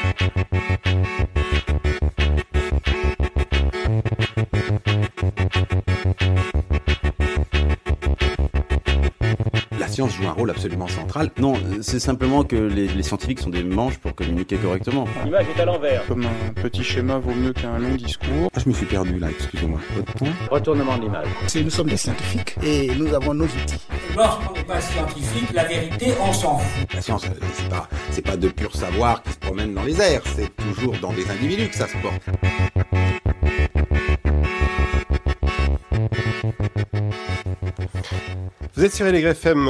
La science joue un rôle absolument central. Non, c'est simplement que les scientifiques sont des manches pour communiquer correctement. L'image est à l'envers. Comme un petit schéma vaut mieux qu'un long discours. Ah, je me suis perdu là, excusez-moi. Retournement de l'image. Nous sommes des scientifiques et nous avons nos outils. Lorsqu'on n'est pas scientifique, la vérité, on s'en fout. La science, c'est pas de pur savoir qui se promène dans les airs, c'est toujours dans des individus que ça se porte. Vous êtes sur LGFM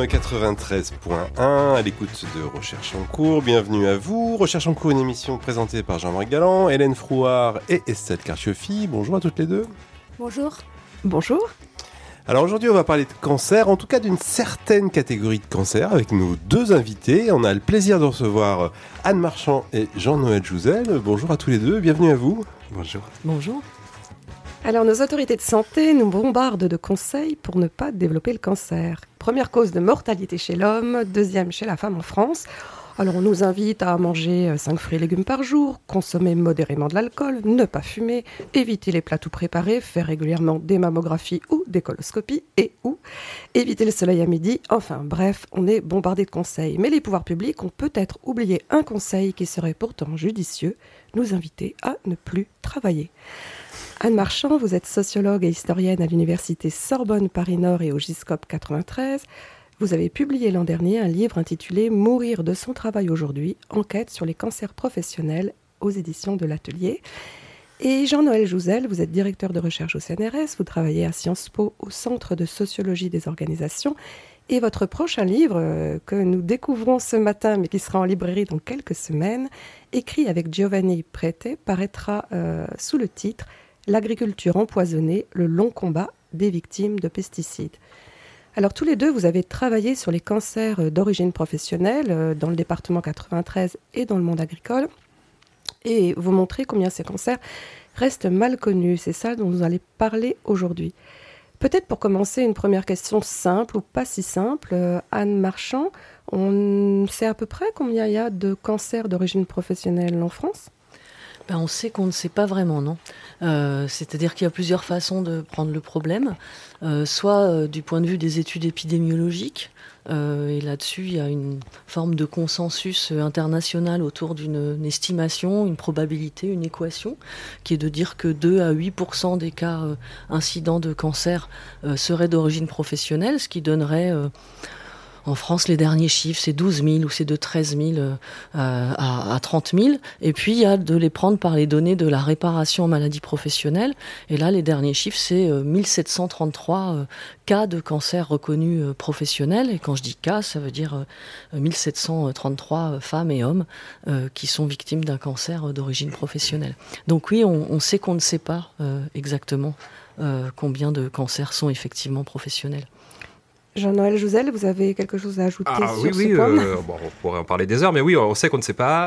93.1 à l'écoute de Recherche en cours. Bienvenue à vous. Recherche en cours, une émission présentée par Jean-Marc Galland, Hélène Frouard et Estelle Carchiofi. Bonjour à toutes les deux. Bonjour. Bonjour. Alors aujourd'hui, on va parler de cancer, en tout cas d'une certaine catégorie de cancer, avec nos deux invités. On a le plaisir de recevoir Anne Marchand et Jean-Noël Jouzel. Bonjour à tous les deux, bienvenue à vous. Bonjour. Bonjour. Alors, nos autorités de santé nous bombardent de conseils pour ne pas développer le cancer. Première cause de mortalité chez l'homme, deuxième chez la femme en France. Alors, on nous invite à manger 5 fruits et légumes par jour, consommer modérément de l'alcool, ne pas fumer, éviter les plats tout préparés, faire régulièrement des mammographies ou des coloscopies ou éviter le soleil à midi. Enfin, bref, on est bombardé de conseils. Mais les pouvoirs publics ont peut-être oublié un conseil qui serait pourtant judicieux, nous inviter à ne plus travailler. Anne Marchand, vous êtes sociologue et historienne à l'université Sorbonne Paris-Nord et au GISCOP 93. Vous avez publié l'an dernier un livre intitulé « Mourir de son travail aujourd'hui, enquête sur les cancers professionnels » aux éditions de l'Atelier. Et Jean-Noël Jouzel, vous êtes directeur de recherche au CNRS, vous travaillez à Sciences Po au Centre de sociologie des organisations. Et votre prochain livre, que nous découvrons ce matin, mais qui sera en librairie dans quelques semaines, écrit avec Giovanni Prete, paraîtra sous le titre « L'agriculture empoisonnée, le long combat des victimes de pesticides ». Alors tous les deux, vous avez travaillé sur les cancers d'origine professionnelle dans le département 93 et dans le monde agricole. Et vous montrez combien ces cancers restent mal connus. C'est ça dont vous allez parler aujourd'hui. Peut-être pour commencer, une première question simple ou pas si simple. Anne Marchand, on sait à peu près combien il y a de cancers d'origine professionnelle en France ? On sait qu'on ne sait pas vraiment, non. C'est-à-dire qu'il y a plusieurs façons de prendre le problème, soit du point de vue des études épidémiologiques, et là-dessus il y a une forme de consensus international autour d'une estimation, une probabilité, une équation, qui est de dire que 2 à 8% des cas incidents de cancer seraient d'origine professionnelle, ce qui donnerait... En France, les derniers chiffres, c'est 12 000 ou c'est de 13 000 à 30 000. Et puis, il y a de les prendre par les données de la réparation en maladie professionnelle. Et là, les derniers chiffres, c'est 1733 cas de cancer reconnus professionnels. Et quand je dis cas, ça veut dire 1733 femmes et hommes qui sont victimes d'un cancer d'origine professionnelle. Donc oui, on sait qu'on ne sait pas exactement combien de cancers sont effectivement professionnels. Jean-Noël Jouzel, vous avez quelque chose à ajouter sur ce point ? On pourrait en parler des heures, mais oui, on sait qu'on ne sait pas.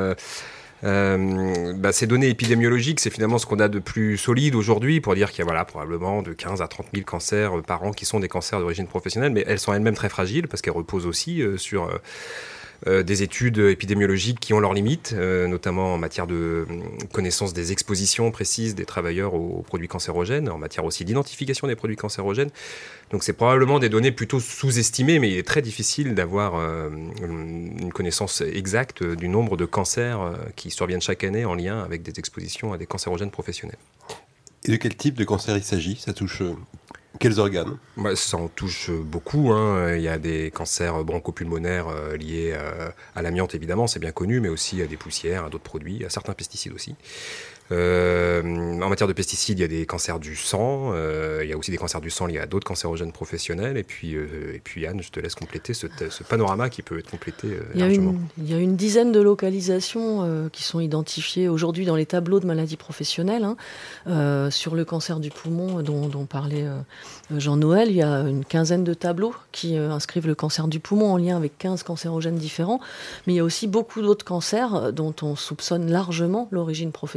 Ces données épidémiologiques, c'est finalement ce qu'on a de plus solide aujourd'hui pour dire qu'il y a probablement de 15 à 30 000 cancers par an qui sont des cancers d'origine professionnelle, mais elles sont elles-mêmes très fragiles parce qu'elles reposent aussi sur... des études épidémiologiques qui ont leurs limites, notamment en matière de connaissance des expositions précises des travailleurs aux produits cancérogènes, en matière aussi d'identification des produits cancérogènes. Donc c'est probablement des données plutôt sous-estimées, mais il est très difficile d'avoir une connaissance exacte du nombre de cancers qui surviennent chaque année en lien avec des expositions à des cancérogènes professionnels. Et de quel type de cancer il s'agit ? Ça touche quels organes ? Ça en touche beaucoup. Il y a des cancers bronchopulmonaires liés à l'amiante, évidemment, c'est bien connu, mais aussi à des poussières, à d'autres produits, à certains pesticides aussi. En matière de pesticides, il y a des cancers du sang, il y a aussi des cancers du sang liés à d'autres cancérogènes professionnels. Et puis Anne, je te laisse compléter ce panorama qui peut être complété largement. Il y a une dizaine de localisations qui sont identifiées aujourd'hui dans les tableaux de maladies professionnelles. Sur le cancer du poumon dont parlait Jean-Noël, il y a une quinzaine de tableaux qui inscrivent le cancer du poumon en lien avec 15 cancérogènes différents. Mais il y a aussi beaucoup d'autres cancers dont on soupçonne largement l'origine professionnelle.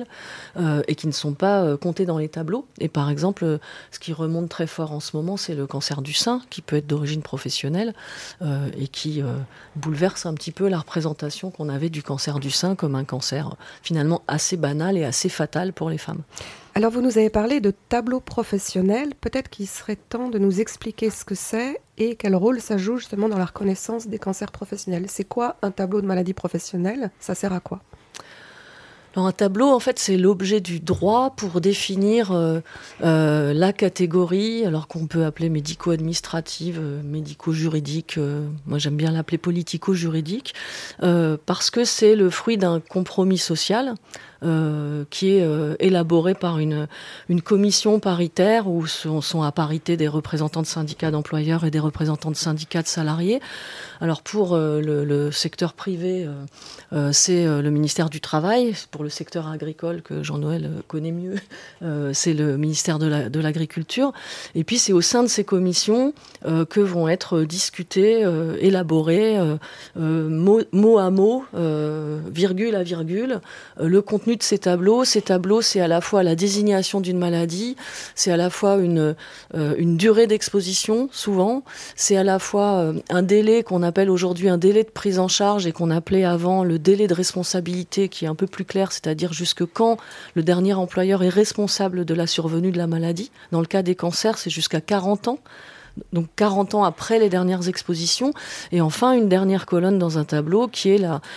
et qui ne sont pas comptés dans les tableaux. Et par exemple, ce qui remonte très fort en ce moment, c'est le cancer du sein, qui peut être d'origine professionnelle et qui bouleverse un petit peu la représentation qu'on avait du cancer du sein comme un cancer finalement assez banal et assez fatal pour les femmes. Alors vous nous avez parlé de tableau professionnel, peut-être qu'il serait temps de nous expliquer ce que c'est et quel rôle ça joue justement dans la reconnaissance des cancers professionnels. C'est quoi un tableau de maladie professionnelle ? Ça sert à quoi ? Alors un tableau, en fait, c'est l'objet du droit pour définir la catégorie, alors qu'on peut appeler médico-administrative, médico-juridique, moi j'aime bien l'appeler politico-juridique, parce que c'est le fruit d'un compromis social qui est élaboré par une commission paritaire où sont à parité des représentants de syndicats d'employeurs et des représentants de syndicats de salariés. Alors pour le secteur privé, c'est le ministère du Travail. Pour le secteur agricole, que Jean-Noël connaît mieux, c'est le ministère de l'Agriculture. Et puis c'est au sein de ces commissions que vont être discutés, élaborés, mot à mot, virgule à virgule, le contenu de ces tableaux. Ces tableaux, c'est à la fois la désignation d'une maladie, c'est à la fois une durée d'exposition, souvent, c'est à la fois un délai qu'on appelle aujourd'hui un délai de prise en charge et qu'on appelait avant le délai de responsabilité, qui est un peu plus clair, c'est-à-dire jusque quand le dernier employeur est responsable de la survenue de la maladie. Dans le cas des cancers, c'est jusqu'à 40 ans. Donc 40 ans après les dernières expositions. Et enfin, une dernière colonne dans un tableau qui est la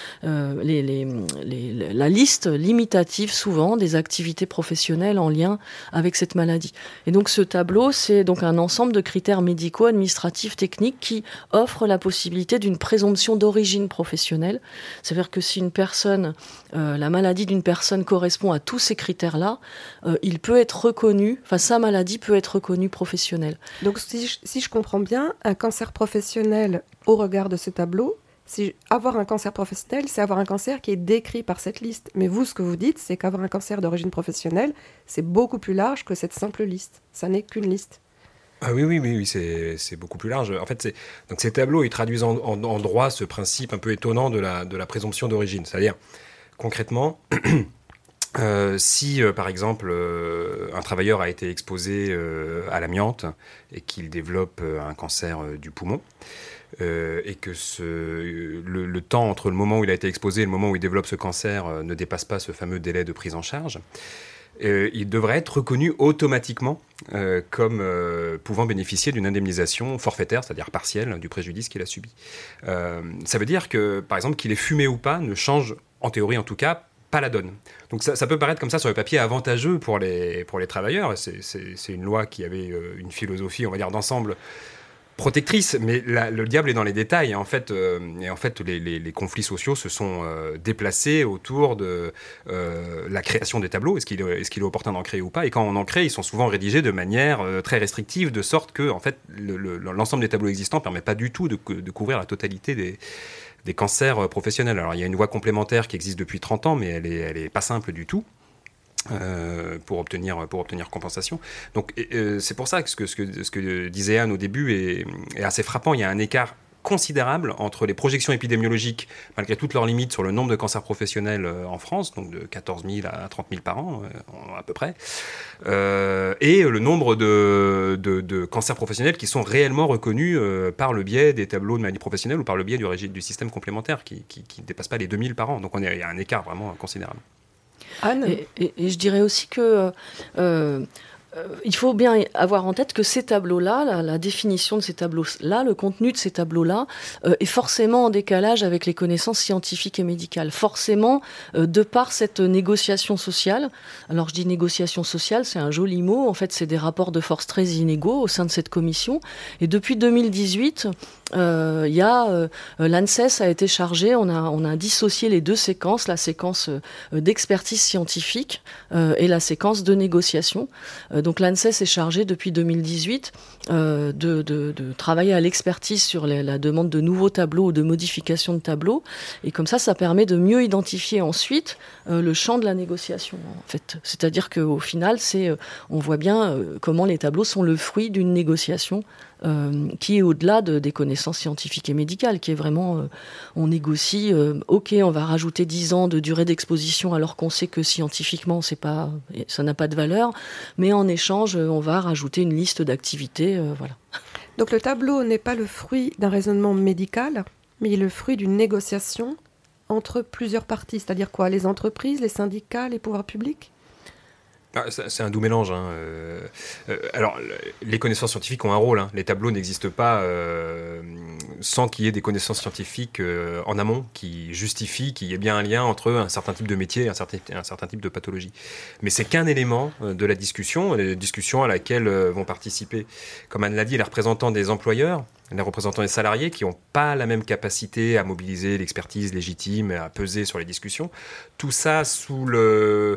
liste limitative, souvent, des activités professionnelles en lien avec cette maladie. Et donc ce tableau, c'est donc un ensemble de critères médicaux, administratifs, techniques qui offrent la possibilité d'une présomption d'origine professionnelle. C'est-à-dire que si une personne, la maladie d'une personne correspond à tous ces critères-là, il peut être reconnu, enfin sa maladie peut être reconnue professionnelle. Donc si je comprends bien, un cancer professionnel au regard de ce tableau, avoir un cancer professionnel, c'est avoir un cancer qui est décrit par cette liste. Mais vous, ce que vous dites, c'est qu'avoir un cancer d'origine professionnelle, c'est beaucoup plus large que cette simple liste. Ça n'est qu'une liste. Ah oui, c'est beaucoup plus large. En fait, donc ces tableaux, ils traduisent en droit ce principe un peu étonnant de la présomption d'origine. C'est-à-dire, concrètement... si, par exemple, un travailleur a été exposé à l'amiante et qu'il développe un cancer du poumon, et que le temps entre le moment où il a été exposé et le moment où il développe ce cancer ne dépasse pas ce fameux délai de prise en charge, il devrait être reconnu automatiquement comme pouvant bénéficier d'une indemnisation forfaitaire, c'est-à-dire partielle, du préjudice qu'il a subi. Ça veut dire que, par exemple, qu'il ait fumé ou pas ne change, en théorie en tout cas, pas la donne. Donc ça peut paraître comme ça sur le papier avantageux pour les travailleurs. C'est une loi qui avait une philosophie, on va dire, d'ensemble protectrice, mais le diable est dans les détails. En fait, les conflits sociaux se sont déplacés autour de la création des tableaux. Est-ce qu'il est opportun d'en créer ou pas ? Et quand on en crée, ils sont souvent rédigés de manière très restrictive, de sorte que en fait, l'ensemble des tableaux existants ne permet pas du tout de couvrir la totalité des cancers professionnels. Alors il y a une voie complémentaire qui existe depuis 30 ans, mais elle est pas simple du tout pour obtenir compensation. Donc c'est pour ça que ce que disait Anne au début est assez frappant. Il y a un écart considérable entre les projections épidémiologiques, malgré toutes leurs limites, sur le nombre de cancers professionnels en France, donc de 14 000 à 30 000 par an, à peu près, et le nombre de cancers professionnels qui sont réellement reconnus par le biais des tableaux de maladies professionnelles ou par le biais du système complémentaire, qui ne dépasse pas les 2000 par an. Donc il y a un écart vraiment considérable. Anne ? Et je dirais aussi que... il faut bien avoir en tête que ces tableaux-là, la définition de ces tableaux-là, le contenu de ces tableaux-là est forcément en décalage avec les connaissances scientifiques et médicales. Forcément, de par cette négociation sociale. Alors je dis négociation sociale, c'est un joli mot. En fait, c'est des rapports de force très inégaux au sein de cette commission. Et depuis 2018... l'ANSES a été chargé, on a dissocié les deux séquences, la séquence d'expertise scientifique et la séquence de négociation. Donc l'ANSES est chargé depuis 2018 de travailler à l'expertise sur la demande de nouveaux tableaux ou de modification de tableaux. Et comme ça permet de mieux identifier ensuite le champ de la négociation, en fait. C'est-à-dire qu'au final, on voit bien comment les tableaux sont le fruit d'une négociation qui est au-delà des connaissances scientifiques et médicales, qui est vraiment, on négocie, ok, on va rajouter 10 ans de durée d'exposition alors qu'on sait que scientifiquement ça n'a pas de valeur, mais en échange, on va rajouter une liste d'activités, voilà. Donc le tableau n'est pas le fruit d'un raisonnement médical, mais le fruit d'une négociation entre plusieurs parties, c'est-à-dire quoi? Les entreprises, les syndicats, les pouvoirs publics? C'est un doux mélange. Alors, les connaissances scientifiques ont un rôle. Les tableaux n'existent pas sans qu'il y ait des connaissances scientifiques en amont qui justifient qu'il y ait bien un lien entre un certain type de métier et un certain type de pathologie. Mais c'est qu'un élément de la discussion à laquelle vont participer, comme Anne l'a dit, les représentants des employeurs, les représentants des salariés qui n'ont pas la même capacité à mobiliser l'expertise légitime et à peser sur les discussions. Tout ça sous l'œil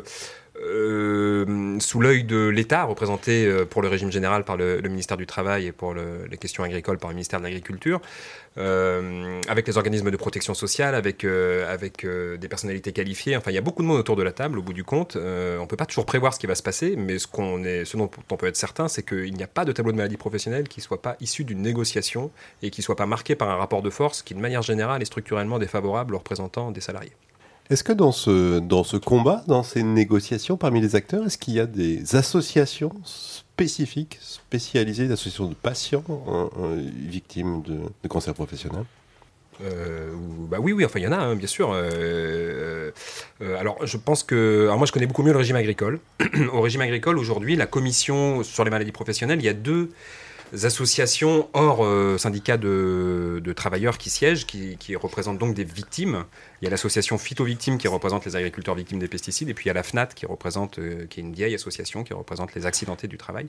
de l'État, représenté pour le régime général par le ministère du Travail et pour les questions agricoles par le ministère de l'Agriculture, avec les organismes de protection sociale, avec des personnalités qualifiées. Enfin, il y a beaucoup de monde autour de la table, au bout du compte. On ne peut pas toujours prévoir ce qui va se passer, mais ce dont on peut être certain, c'est qu'il n'y a pas de tableau de maladie professionnelle qui ne soit pas issu d'une négociation et qui ne soit pas marqué par un rapport de force qui, de manière générale, est structurellement défavorable aux représentants des salariés. Est-ce que dans ce combat, dans ces négociations, parmi les acteurs, est-ce qu'il y a des associations spécifiques, spécialisées, des associations de patients victimes de cancer professionnel ? Oui, enfin il y en a, bien sûr. Alors je pense que... Alors moi je connais beaucoup mieux le régime agricole. Au régime agricole, aujourd'hui, la commission sur les maladies professionnelles, il y a 2 associations hors syndicats de travailleurs qui siègent, qui représentent donc des victimes. Il y a l'association Phytovictimes qui représente les agriculteurs victimes des pesticides, et puis il y a la FNAT qui est une vieille association qui représente les accidentés du travail.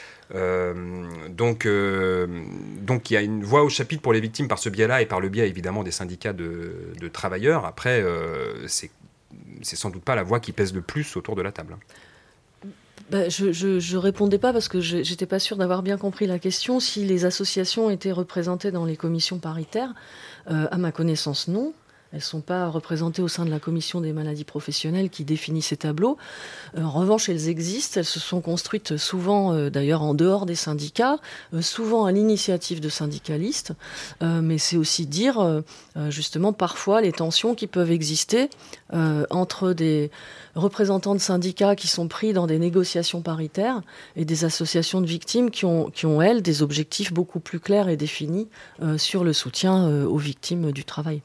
Donc il y a une voix au chapitre pour les victimes par ce biais-là et par le biais évidemment des syndicats de travailleurs. Après, c'est sans doute pas la voix qui pèse le plus autour de la table. Je répondais pas parce que j'étais pas sûre d'avoir bien compris la question. Si les associations étaient représentées dans les commissions paritaires, à ma connaissance, non. Elles ne sont pas représentées au sein de la commission des maladies professionnelles qui définit ces tableaux. En revanche, elles existent. Elles se sont construites souvent, d'ailleurs, en dehors des syndicats, souvent à l'initiative de syndicalistes. Mais c'est aussi dire, justement, parfois les tensions qui peuvent exister entre des représentants de syndicats qui sont pris dans des négociations paritaires et des associations de victimes qui ont elles, des objectifs beaucoup plus clairs et définis sur le soutien aux victimes du travail.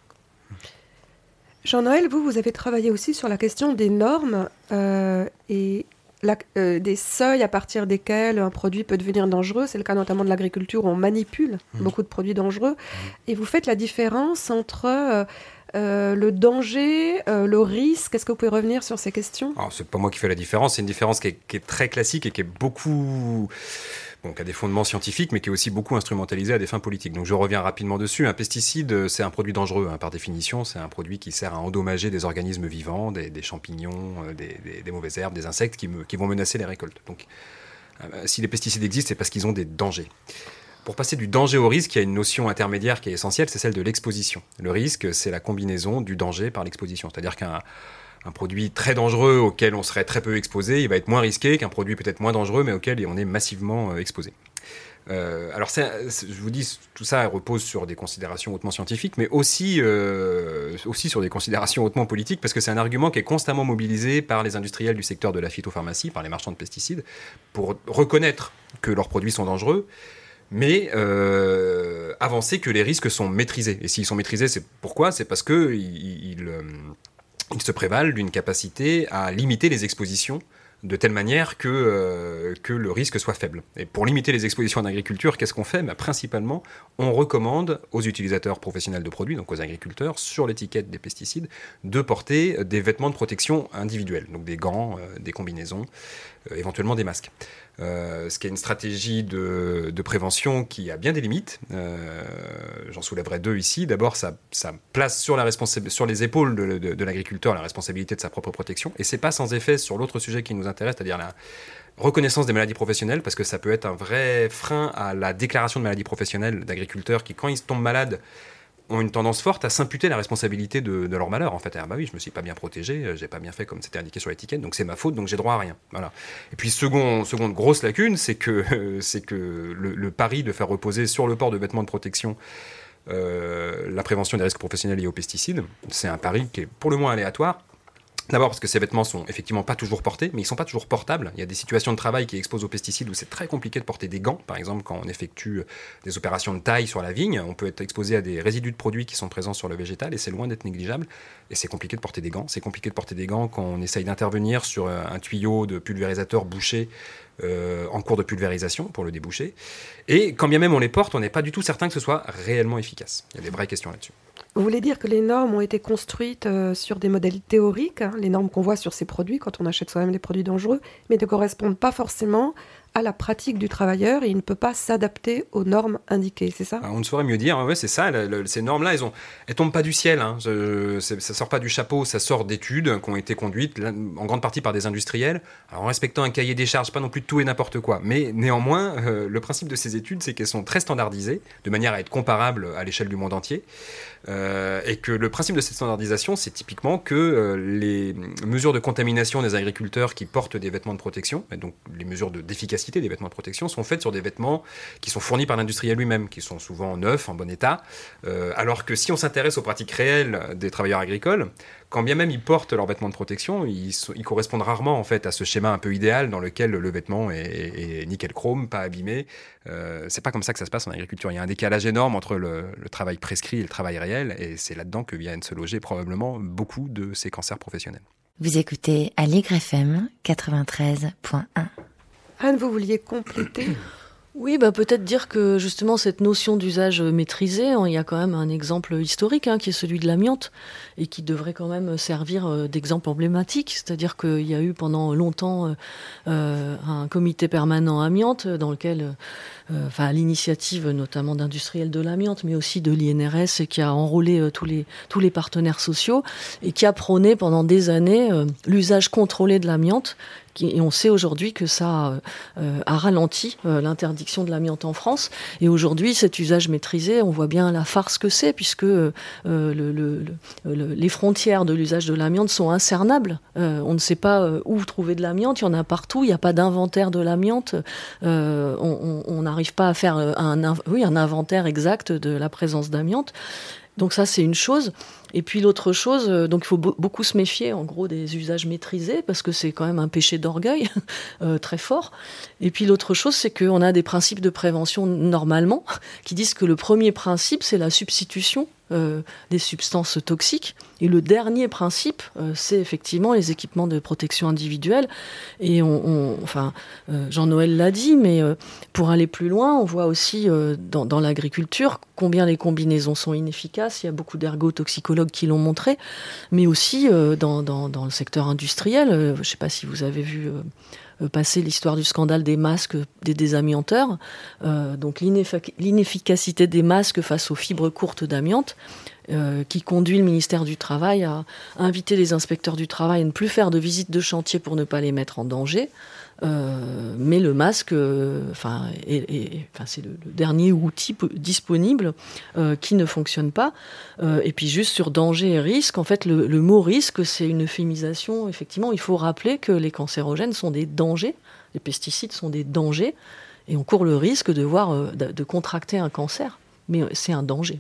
Jean-Noël, vous avez travaillé aussi sur la question des normes et des seuils à partir desquels un produit peut devenir dangereux. C'est le cas notamment de l'agriculture où on manipule beaucoup de produits dangereux. Et vous faites la différence entre le danger, le risque. Est-ce que vous pouvez revenir sur ces questions ? Alors, c'est pas moi qui fais la différence. C'est une différence qui est très classique et qui est beaucoup... qui a des fondements scientifiques, mais qui est aussi beaucoup instrumentalisé à des fins politiques. Donc je reviens rapidement dessus. Un pesticide, c'est un produit dangereux, par définition. C'est un produit qui sert à endommager des organismes vivants, des champignons, des mauvaises herbes, des insectes qui vont menacer les récoltes. Donc si les pesticides existent, c'est parce qu'ils ont des dangers. Pour passer du danger au risque, il y a une notion intermédiaire qui est essentielle, c'est celle de l'exposition. Le risque, c'est la combinaison du danger par l'exposition. C'est-à-dire qu'un produit très dangereux auquel on serait très peu exposé, il va être moins risqué qu'un produit peut-être moins dangereux mais auquel on est massivement exposé. Alors je vous dis, tout ça repose sur des considérations hautement scientifiques, mais aussi sur des considérations hautement politiques, parce que c'est un argument qui est constamment mobilisé par les industriels du secteur de la phytopharmacie, par les marchands de pesticides, pour reconnaître que leurs produits sont dangereux, mais avancer que les risques sont maîtrisés. Et s'ils sont maîtrisés, c'est pourquoi ? C'est parce qu'ils se prévalent d'une capacité à limiter les expositions de telle manière que le risque soit faible. Et pour limiter les expositions en agriculture, qu'est-ce qu'on fait ? Principalement, on recommande aux utilisateurs professionnels de produits, donc aux agriculteurs, sur l'étiquette des pesticides, de porter des vêtements de protection individuels, donc des gants, des combinaisons, éventuellement des masques. Ce qui est une stratégie de prévention qui a bien des limites. J'en soulèverai 2 ici. D'abord, ça place sur les épaules de l'agriculteur la responsabilité de sa propre protection. Et c'est pas sans effet sur l'autre sujet qui nous intéresse, c'est-à-dire la reconnaissance des maladies professionnelles, parce que ça peut être un vrai frein à la déclaration de maladies professionnelles d'agriculteurs qui, quand ils tombent malades, ont une tendance forte à s'imputer la responsabilité de leur malheur. En fait, bah oui, je me suis pas bien protégé, j'ai pas bien fait comme c'était indiqué sur l'étiquette, donc c'est ma faute, donc j'ai droit à rien. Voilà. Et puis seconde grosse lacune, c'est que le pari de faire reposer sur le port de vêtements de protection la prévention des risques professionnels liés aux pesticides, c'est un pari qui est pour le moins aléatoire. D'abord parce que ces vêtements sont effectivement pas toujours portés, mais ils sont pas toujours portables. Il y a des situations de travail qui exposent aux pesticides où c'est très compliqué de porter des gants. Par exemple, quand on effectue des opérations de taille sur la vigne, on peut être exposé à des résidus de produits qui sont présents sur le végétal et c'est loin d'être négligeable. Et c'est compliqué de porter des gants. C'est compliqué de porter des gants quand on essaye d'intervenir sur un tuyau de pulvérisateur bouché en cours de pulvérisation pour le déboucher. Et quand bien même on les porte, on n'est pas du tout certain que ce soit réellement efficace. Il y a des vraies questions là-dessus. Vous voulez dire que les normes ont été construites sur des modèles théoriques, les normes qu'on voit sur ces produits quand on achète soi-même des produits dangereux, mais ne correspondent pas forcément à la pratique du travailleur et il ne peut pas s'adapter aux normes indiquées, c'est ça ? Alors, on ne saurait mieux dire, ouais, c'est ça, ces normes-là, elles tombent pas du ciel, hein. Ça sort pas du chapeau, ça sort d'études qui ont été conduites en grande partie par des industriels, alors en respectant un cahier des charges, pas non plus de tout et n'importe quoi, mais néanmoins, le principe de ces études, c'est qu'elles sont très standardisées, de manière à être comparables à l'échelle du monde entier, et que le principe de cette standardisation, c'est typiquement que les mesures de contamination des agriculteurs qui portent des vêtements de protection, et donc les mesures d'efficacité des vêtements de protection sont faites sur des vêtements qui sont fournis par l'industriel lui-même, qui sont souvent neufs, en bon état, alors que si on s'intéresse aux pratiques réelles des travailleurs agricoles, quand bien même ils portent leurs vêtements de protection, ils correspondent rarement en fait à ce schéma un peu idéal dans lequel le vêtement est nickel chrome, pas abîmé. C'est pas comme ça que ça se passe en agriculture. Il y a un décalage énorme entre le travail prescrit et le travail réel, et c'est là-dedans que viennent se loger probablement beaucoup de ces cancers professionnels. Vous écoutez Aligre FM 93.1. Anne, vous vouliez compléter ? Oui, peut-être dire que justement cette notion d'usage maîtrisé, il y a quand même un exemple historique qui est celui de l'amiante et qui devrait quand même servir d'exemple emblématique. C'est-à-dire qu'il y a eu pendant longtemps un comité permanent amiante dans lequel, à l'initiative notamment d'industriels de l'amiante, mais aussi de l'INRS, qui a enrôlé tous les partenaires sociaux et qui a prôné pendant des années l'usage contrôlé de l'amiante. Et on sait aujourd'hui que ça a ralenti l'interdiction de l'amiante en France. Et aujourd'hui, cet usage maîtrisé, on voit bien la farce que c'est, puisque les frontières de l'usage de l'amiante sont incernables. On ne sait pas où trouver de l'amiante, il y en a partout, il n'y a pas d'inventaire de l'amiante. On n'arrive pas à faire un inventaire exact de la présence d'amiante. Donc ça, c'est une chose. Et puis l'autre chose, donc il faut beaucoup se méfier en gros des usages maîtrisés parce que c'est quand même un péché d'orgueil très fort. Et puis l'autre chose, c'est qu'on a des principes de prévention normalement qui disent que le premier principe, c'est la substitution des substances toxiques. Et le dernier principe, c'est effectivement les équipements de protection individuelle. Et Jean-Noël l'a dit, mais pour aller plus loin, on voit aussi dans l'agriculture combien les combinaisons sont inefficaces. Il y a beaucoup d'ergotoxicologues qui l'ont montré, mais aussi dans le secteur industriel. Je ne sais pas si vous avez vu passer l'histoire du scandale des masques des désamianteurs, donc l'inefficacité des masques face aux fibres courtes d'amiante, qui conduit le ministère du Travail à inviter les inspecteurs du travail à ne plus faire de visites de chantier pour ne pas les mettre en danger. Mais le masque, c'est le dernier outil disponible qui ne fonctionne pas. Et puis juste sur danger et risque, en fait, le mot risque, c'est une euphémisation. Effectivement, il faut rappeler que les cancérogènes sont des dangers, les pesticides sont des dangers, et on court le risque de contracter un cancer. Mais c'est un danger.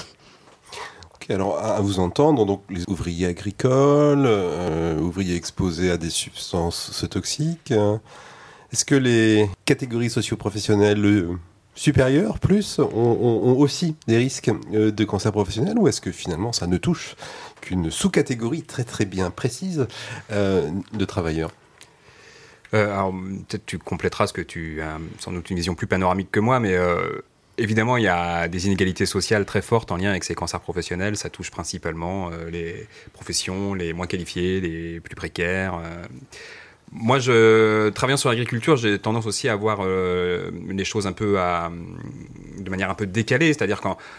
Alors, à vous entendre, donc les ouvriers agricoles, ouvriers exposés à des substances toxiques, est-ce que les catégories socio-professionnelles supérieures, plus, ont aussi des risques de cancer professionnel, ou est-ce que finalement ça ne touche qu'une sous-catégorie très très bien précise de travailleurs ? Alors, peut-être tu compléteras ce que tu as sans doute une vision plus panoramique que moi, mais évidemment, il y a des inégalités sociales très fortes en lien avec ces cancers professionnels. Ça touche principalement les professions les moins qualifiées, les plus précaires. Moi, travaillant sur l'agriculture, j'ai tendance aussi à voir les choses un peu de manière un peu décalée. C'est-à-dire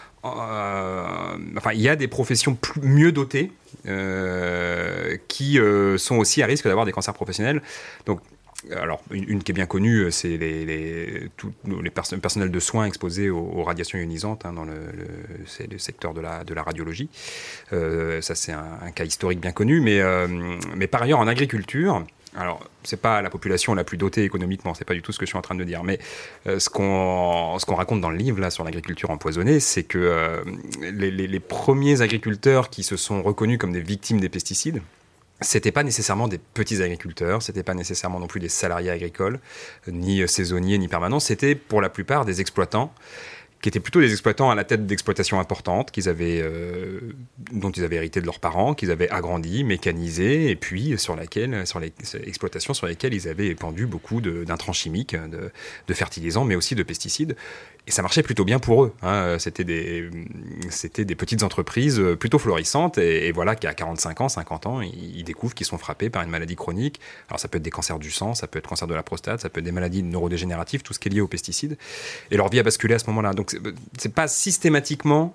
il y a des professions mieux dotées qui sont aussi à risque d'avoir des cancers professionnels. Donc, alors, une qui est bien connue, c'est tous les personnels de soins exposés aux radiations ionisantes dans c'est le secteur de la radiologie. Ça, c'est un cas historique bien connu. Mais par ailleurs, en agriculture, alors, c'est pas la population la plus dotée économiquement, c'est pas du tout ce que je suis en train de dire, mais ce qu'on raconte dans le livre là, sur l'agriculture empoisonnée, c'est que les premiers agriculteurs qui se sont reconnus comme des victimes des pesticides, c'était pas nécessairement des petits agriculteurs, c'était pas nécessairement non plus des salariés agricoles, ni saisonniers, ni permanents, c'était pour la plupart des exploitants qui étaient plutôt des exploitants à la tête d'exploitations importantes dont ils avaient hérité de leurs parents, qu'ils avaient agrandi, mécanisé, et puis sur les exploitations sur lesquelles ils avaient épandu beaucoup d'intrants chimiques, de fertilisants, mais aussi de pesticides. Et ça marchait plutôt bien pour eux. C'était des petites entreprises plutôt florissantes, et voilà qu'à 45 ans, 50 ans, ils découvrent qu'ils sont frappés par une maladie chronique. Alors ça peut être des cancers du sang, ça peut être cancer de la prostate, ça peut être des maladies neurodégénératives, tout ce qui est lié aux pesticides. Et leur vie a basculé à ce moment-là. Donc c'est pas systématiquement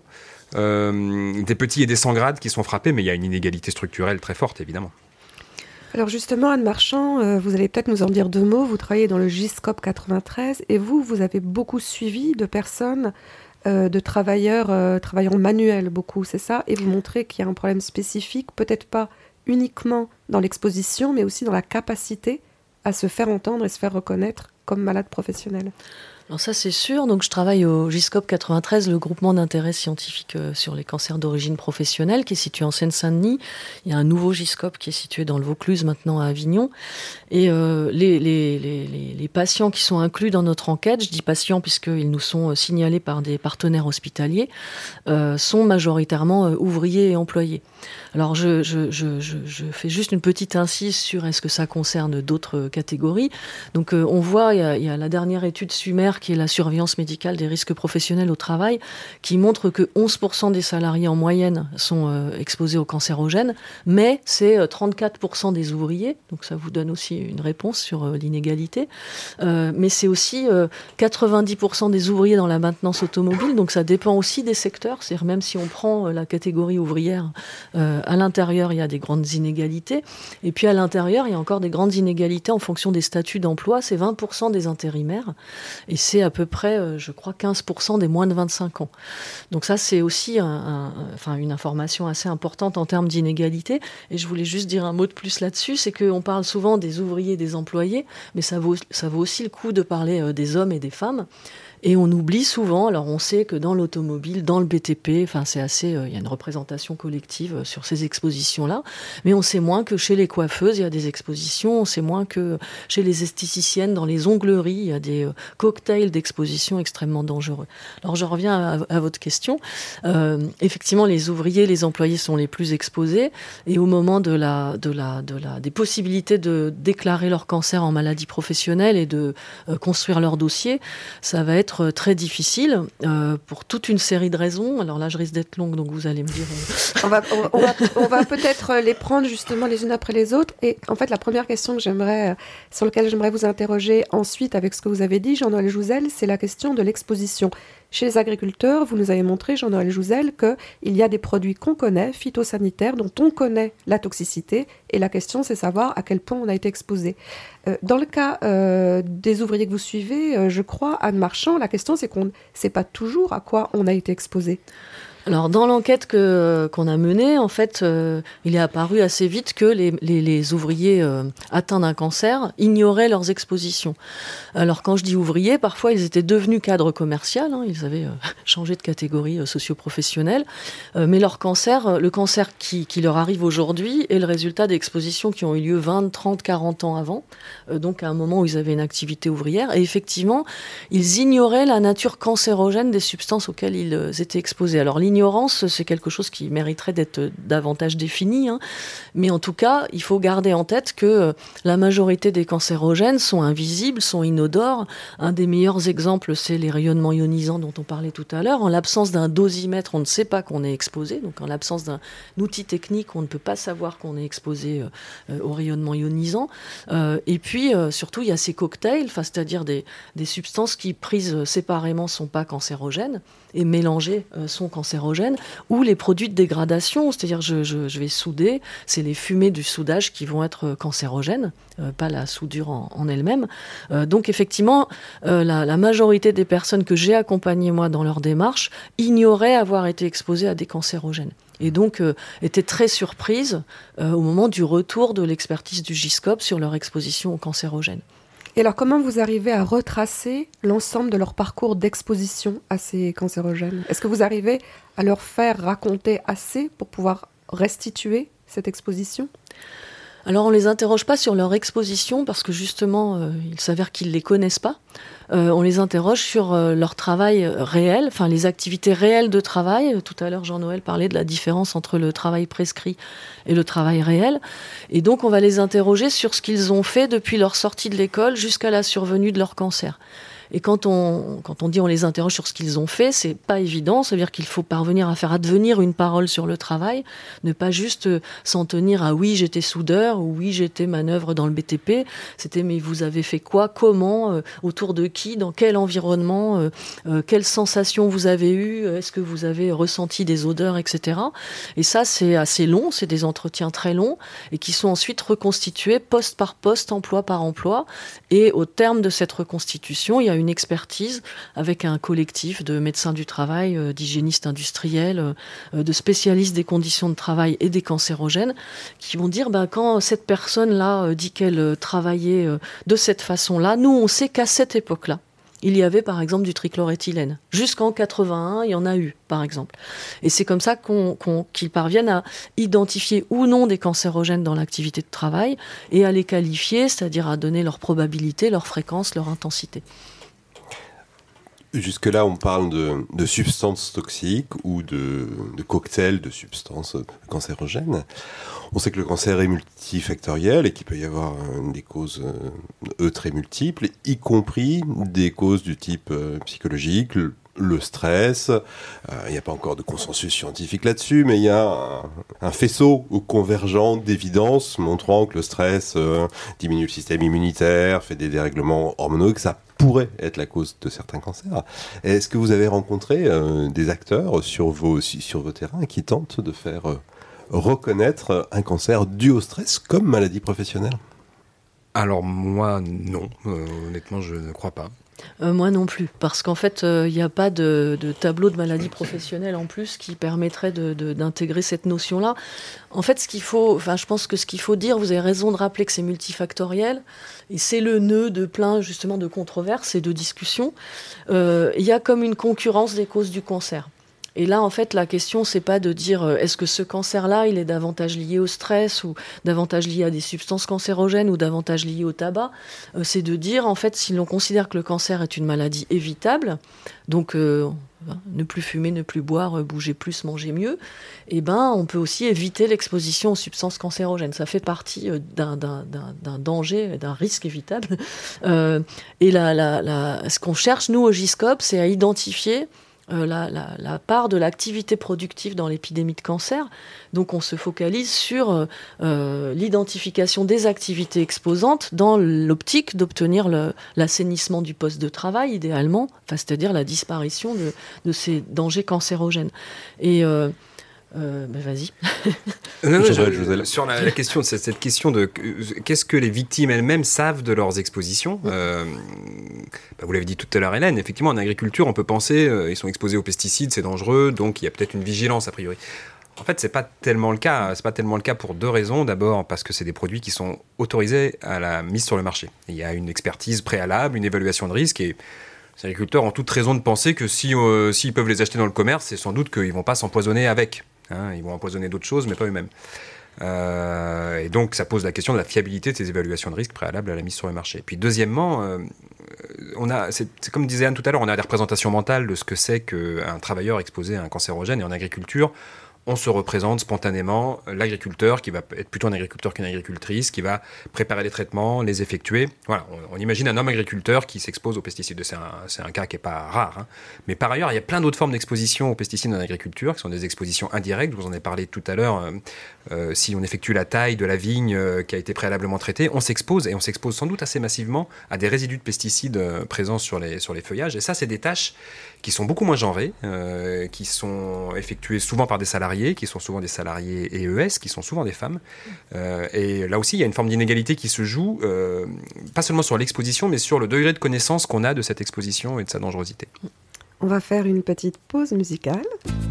des petits et des sans grades qui sont frappés, mais il y a une inégalité structurelle très forte, évidemment. Alors justement, Anne Marchand, vous allez peut-être nous en dire 2 mots. Vous travaillez dans le GISCOP 93 et vous avez beaucoup suivi de personnes, de travailleurs manuels, beaucoup, c'est ça? Et vous montrez qu'il y a un problème spécifique, peut-être pas uniquement dans l'exposition, mais aussi dans la capacité à se faire entendre et se faire reconnaître comme malade professionnel. Alors ça c'est sûr, donc je travaille au GISCOP 93, le groupement d'intérêt scientifique sur les cancers d'origine professionnelle qui est situé en Seine-Saint-Denis. Il y a un nouveau GISCOP qui est situé dans le Vaucluse maintenant à Avignon. Et les patients qui sont inclus dans notre enquête, je dis patients puisqu'ils nous sont signalés par des partenaires hospitaliers, sont majoritairement ouvriers et employés. Alors je fais juste une petite incise sur est-ce que ça concerne d'autres catégories. Donc on voit, il y a la dernière étude SUMER qui est la surveillance médicale des risques professionnels au travail, qui montre que 11% des salariés en moyenne sont exposés aux cancérogènes, mais c'est 34% des ouvriers, donc ça vous donne aussi une réponse sur l'inégalité, mais c'est aussi 90% des ouvriers dans la maintenance automobile, donc ça dépend aussi des secteurs, c'est-à-dire même si on prend la catégorie ouvrière, à l'intérieur il y a des grandes inégalités, et puis à l'intérieur il y a encore des grandes inégalités en fonction des statuts d'emploi, c'est 20% des intérimaires, et c'est à peu près, je crois, 15% des moins de 25 ans. Donc ça, c'est aussi une information assez importante en termes d'inégalité. Et je voulais juste dire un mot de plus là-dessus, c'est qu'on parle souvent des ouvriers et des employés, mais ça vaut aussi le coup de parler des hommes et des femmes. Et on oublie souvent, alors on sait que dans l'automobile, dans le BTP, c'est assez, il y a une représentation collective sur ces expositions-là, mais on sait moins que chez les coiffeuses, il y a des expositions, on sait moins que chez les esthéticiennes, dans les ongleries, il y a des cocktails d'exposition extrêmement dangereux. Alors je reviens à votre question. Effectivement, les ouvriers, les employés sont les plus exposés, et au moment des possibilités de déclarer leur cancer en maladie professionnelle et de construire leur dossier, ça va être très difficile pour toute une série de raisons. Alors là, je risque d'être longue, donc vous allez me dire... On va peut-être les prendre justement les unes après les autres. Et en fait, la première question sur laquelle j'aimerais vous interroger ensuite avec ce que vous avez dit, Jean-Noël Jouzel, c'est la question de l'exposition. Chez les agriculteurs, vous nous avez montré, Jean-Noël Jouzel, qu'il y a des produits qu'on connaît, phytosanitaires, dont on connaît la toxicité, et la question, c'est savoir à quel point on a été exposé. Dans le cas des ouvriers que vous suivez, je crois, Anne Marchand, la question, c'est qu'on ne sait pas toujours à quoi on a été exposé. Alors, dans l'enquête qu'on a menée, en fait, il est apparu assez vite que les ouvriers atteints d'un cancer ignoraient leurs expositions. Alors, quand je dis ouvriers, parfois, ils étaient devenus cadres commerciaux, ils avaient changé de catégorie socio-professionnelle, mais le cancer qui leur arrive aujourd'hui est le résultat d'expositions qui ont eu lieu 20, 30, 40 ans avant, donc à un moment où ils avaient une activité ouvrière, et effectivement, ils ignoraient la nature cancérogène des substances auxquelles ils étaient exposés. Alors, l'ignorance, c'est quelque chose qui mériterait d'être davantage défini, mais en tout cas, il faut garder en tête que la majorité des cancérogènes sont invisibles, sont inodores. Un des meilleurs exemples, c'est les rayonnements ionisants dont on parlait tout à l'heure. En l'absence d'un dosimètre, on ne sait pas qu'on est exposé. Donc en l'absence d'un outil technique, on ne peut pas savoir qu'on est exposé aux rayonnements ionisants. Et puis, surtout, il y a ces cocktails, c'est-à-dire des substances qui, prises séparément, ne sont pas cancérogènes et mélangées sont cancérogènes. cancérogènes, ou les produits de dégradation, c'est-à-dire je vais souder, c'est les fumées du soudage qui vont être cancérogènes, pas la soudure en elle-même. Donc effectivement, la majorité des personnes que j'ai accompagnées moi dans leur démarche ignoraient avoir été exposées à des cancérogènes. Et donc étaient très surprises au moment du retour de l'expertise du GISCOP sur leur exposition aux cancérogènes. Et alors, comment vous arrivez à retracer l'ensemble de leur parcours d'exposition à ces cancérogènes ? Est-ce que vous arrivez à leur faire raconter assez pour pouvoir restituer cette exposition ? Alors, on ne les interroge pas sur leur exposition parce que justement, il s'avère qu'ils ne les connaissent pas. On les interroge sur leur travail réel, enfin les activités réelles de travail. Tout à l'heure, Jean-Noël parlait de la différence entre le travail prescrit et le travail réel. Et donc, on va les interroger sur ce qu'ils ont fait depuis leur sortie de l'école jusqu'à la survenue de leur cancer. Et quand on dit on les interroge sur ce qu'ils ont fait, c'est pas évident. Ça veut dire qu'il faut parvenir à faire advenir une parole sur le travail, ne pas juste s'en tenir à oui j'étais soudeur ou oui j'étais manœuvre dans le BTP. C'était mais vous avez fait quoi, comment, autour de qui, dans quel environnement, quelles sensations vous avez eues, est-ce que vous avez ressenti des odeurs, etc. Et ça c'est assez long, c'est des entretiens très longs et qui sont ensuite reconstitués poste par poste, emploi par emploi. Et au terme de cette reconstitution, il y a une expertise avec un collectif de médecins du travail, d'hygiénistes industriels, de spécialistes des conditions de travail et des cancérogènes, qui vont dire quand cette personne-là dit qu'elle travaillait de cette façon-là, nous on sait qu'à cette époque-là, il y avait par exemple du trichloréthylène. Jusqu'en 81, il y en a eu, par exemple. Et c'est comme ça qu'ils parviennent à identifier ou non des cancérogènes dans l'activité de travail et à les qualifier, c'est-à-dire à donner leur probabilité, leur fréquence, leur intensité. Jusque-là, on parle de substances toxiques ou de cocktails de substances cancérogènes. On sait que le cancer est multifactoriel et qu'il peut y avoir des causes très multiples, y compris des causes du type psychologique, le stress. Il n'y a pas encore de consensus scientifique là-dessus, mais il y a un faisceau convergent d'évidence montrant que le stress diminue le système immunitaire, fait des dérèglements hormonaux, que ça pourrait être la cause de certains cancers. Est-ce que vous avez rencontré des acteurs sur vos terrains qui tentent de faire reconnaître un cancer dû au stress comme maladie professionnelle ? Alors moi, non. Honnêtement, je ne crois pas. Moi non plus, parce qu'en fait, il n'y a pas de tableau de maladie professionnelle en plus qui permettrait d'intégrer cette notion-là. En fait, je pense que ce qu'il faut dire, vous avez raison de rappeler que c'est multifactoriel, et c'est le nœud de plein, justement, de controverses et de discussions. Il y a comme une concurrence des causes du cancer. Et là, en fait, la question, c'est pas de dire est-ce que ce cancer-là, il est davantage lié au stress ou davantage lié à des substances cancérogènes ou davantage lié au tabac. C'est de dire, en fait, si l'on considère que le cancer est une maladie évitable, donc ne plus fumer, ne plus boire, bouger plus, manger mieux, on peut aussi éviter l'exposition aux substances cancérogènes. Ça fait partie d'un danger, d'un risque évitable. Et ce qu'on cherche, nous, au GISCOP, c'est à identifier la part de l'activité productive dans l'épidémie de cancer. Donc on se focalise sur l'identification des activités exposantes dans l'optique d'obtenir l'assainissement du poste de travail, idéalement, c'est-à-dire la disparition de ces dangers cancérogènes. Et vas-y. Sur la question, cette question de qu'est-ce que les victimes elles-mêmes savent de leurs expositions. Vous l'avez dit tout à l'heure, Hélène, effectivement en agriculture on peut penser ils sont exposés aux pesticides, c'est dangereux, donc il y a peut-être une vigilance a priori. En fait, c'est pas tellement le cas. C'est pas tellement le cas pour deux raisons. D'abord, parce que c'est des produits qui sont autorisés à la mise sur le marché. Il y a une expertise préalable, une évaluation de risque, et les agriculteurs ont toute raison de penser que s'ils peuvent les acheter dans le commerce, c'est sans doute qu'ils vont pas s'empoisonner avec. Ils vont empoisonner d'autres choses, mais pas eux-mêmes. Et donc, ça pose la question de la fiabilité de ces évaluations de risque préalables à la mise sur le marché. Et puis, deuxièmement, c'est comme disait Anne tout à l'heure, on a des représentations mentales de ce que c'est qu'un travailleur exposé à un cancérogène. Et en agriculture, on se représente spontanément l'agriculteur qui va être plutôt un agriculteur qu'une agricultrice, qui va préparer les traitements, les effectuer. Voilà, on imagine un homme agriculteur qui s'expose aux pesticides. C'est un cas qui n'est pas rare, hein. Mais par ailleurs, il y a plein d'autres formes d'exposition aux pesticides en agriculture, qui sont des expositions indirectes. Je vous en ai parlé tout à l'heure. Si on effectue la taille de la vigne qui a été préalablement traitée, on s'expose, et on s'expose sans doute assez massivement à des résidus de pesticides présents sur les feuillages. Et ça, c'est des tâches qui sont beaucoup moins genrées, qui sont effectuées souvent par des salariés, qui sont souvent des salariés EES, qui sont souvent des femmes. Et là aussi, il y a une forme d'inégalité qui se joue, pas seulement sur l'exposition, mais sur le degré de connaissance qu'on a de cette exposition et de sa dangerosité. On va faire une petite pause musicale.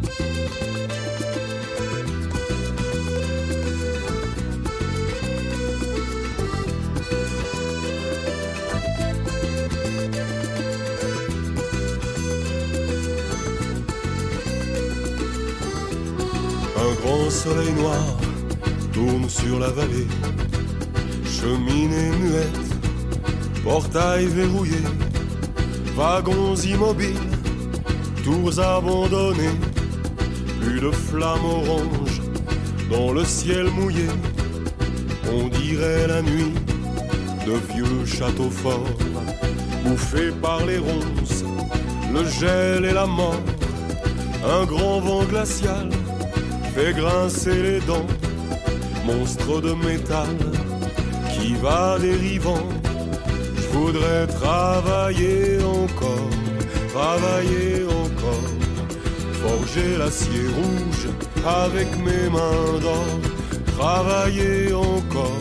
Un grand soleil noir tourne sur la vallée, cheminée muette, portail verrouillé, wagons immobiles, tours abandonnées, plus de flammes oranges dans le ciel mouillé. On dirait la nuit de vieux châteaux forts, bouffés par les ronces, le gel et la mort. Un grand vent glacial fait grincer les dents, monstre de métal qui va dérivant. Je voudrais travailler encore, forger l'acier rouge avec mes mains d'or, travailler encore,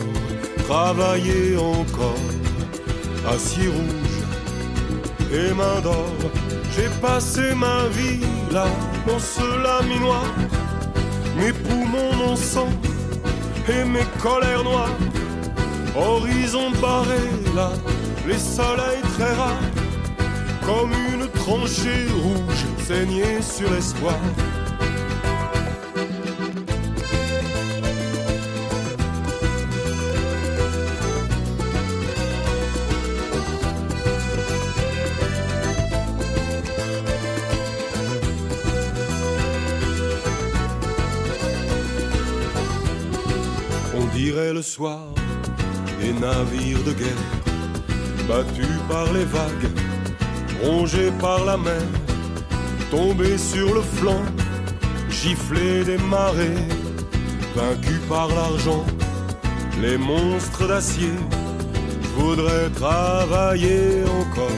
acier rouge et mains d'or. J'ai passé ma vie là dans ce laminoir, mes poumons, mon sang et mes colères noires. Horizon barré là, les soleils très rares, comme une tranchée rouge saignée sur l'espoir. Dirait le soir des navires de guerre, battus par les vagues, rongés par la mer, tombés sur le flanc, giflés des marées, vaincus par l'argent, les monstres d'acier. Je voudrais travailler encore,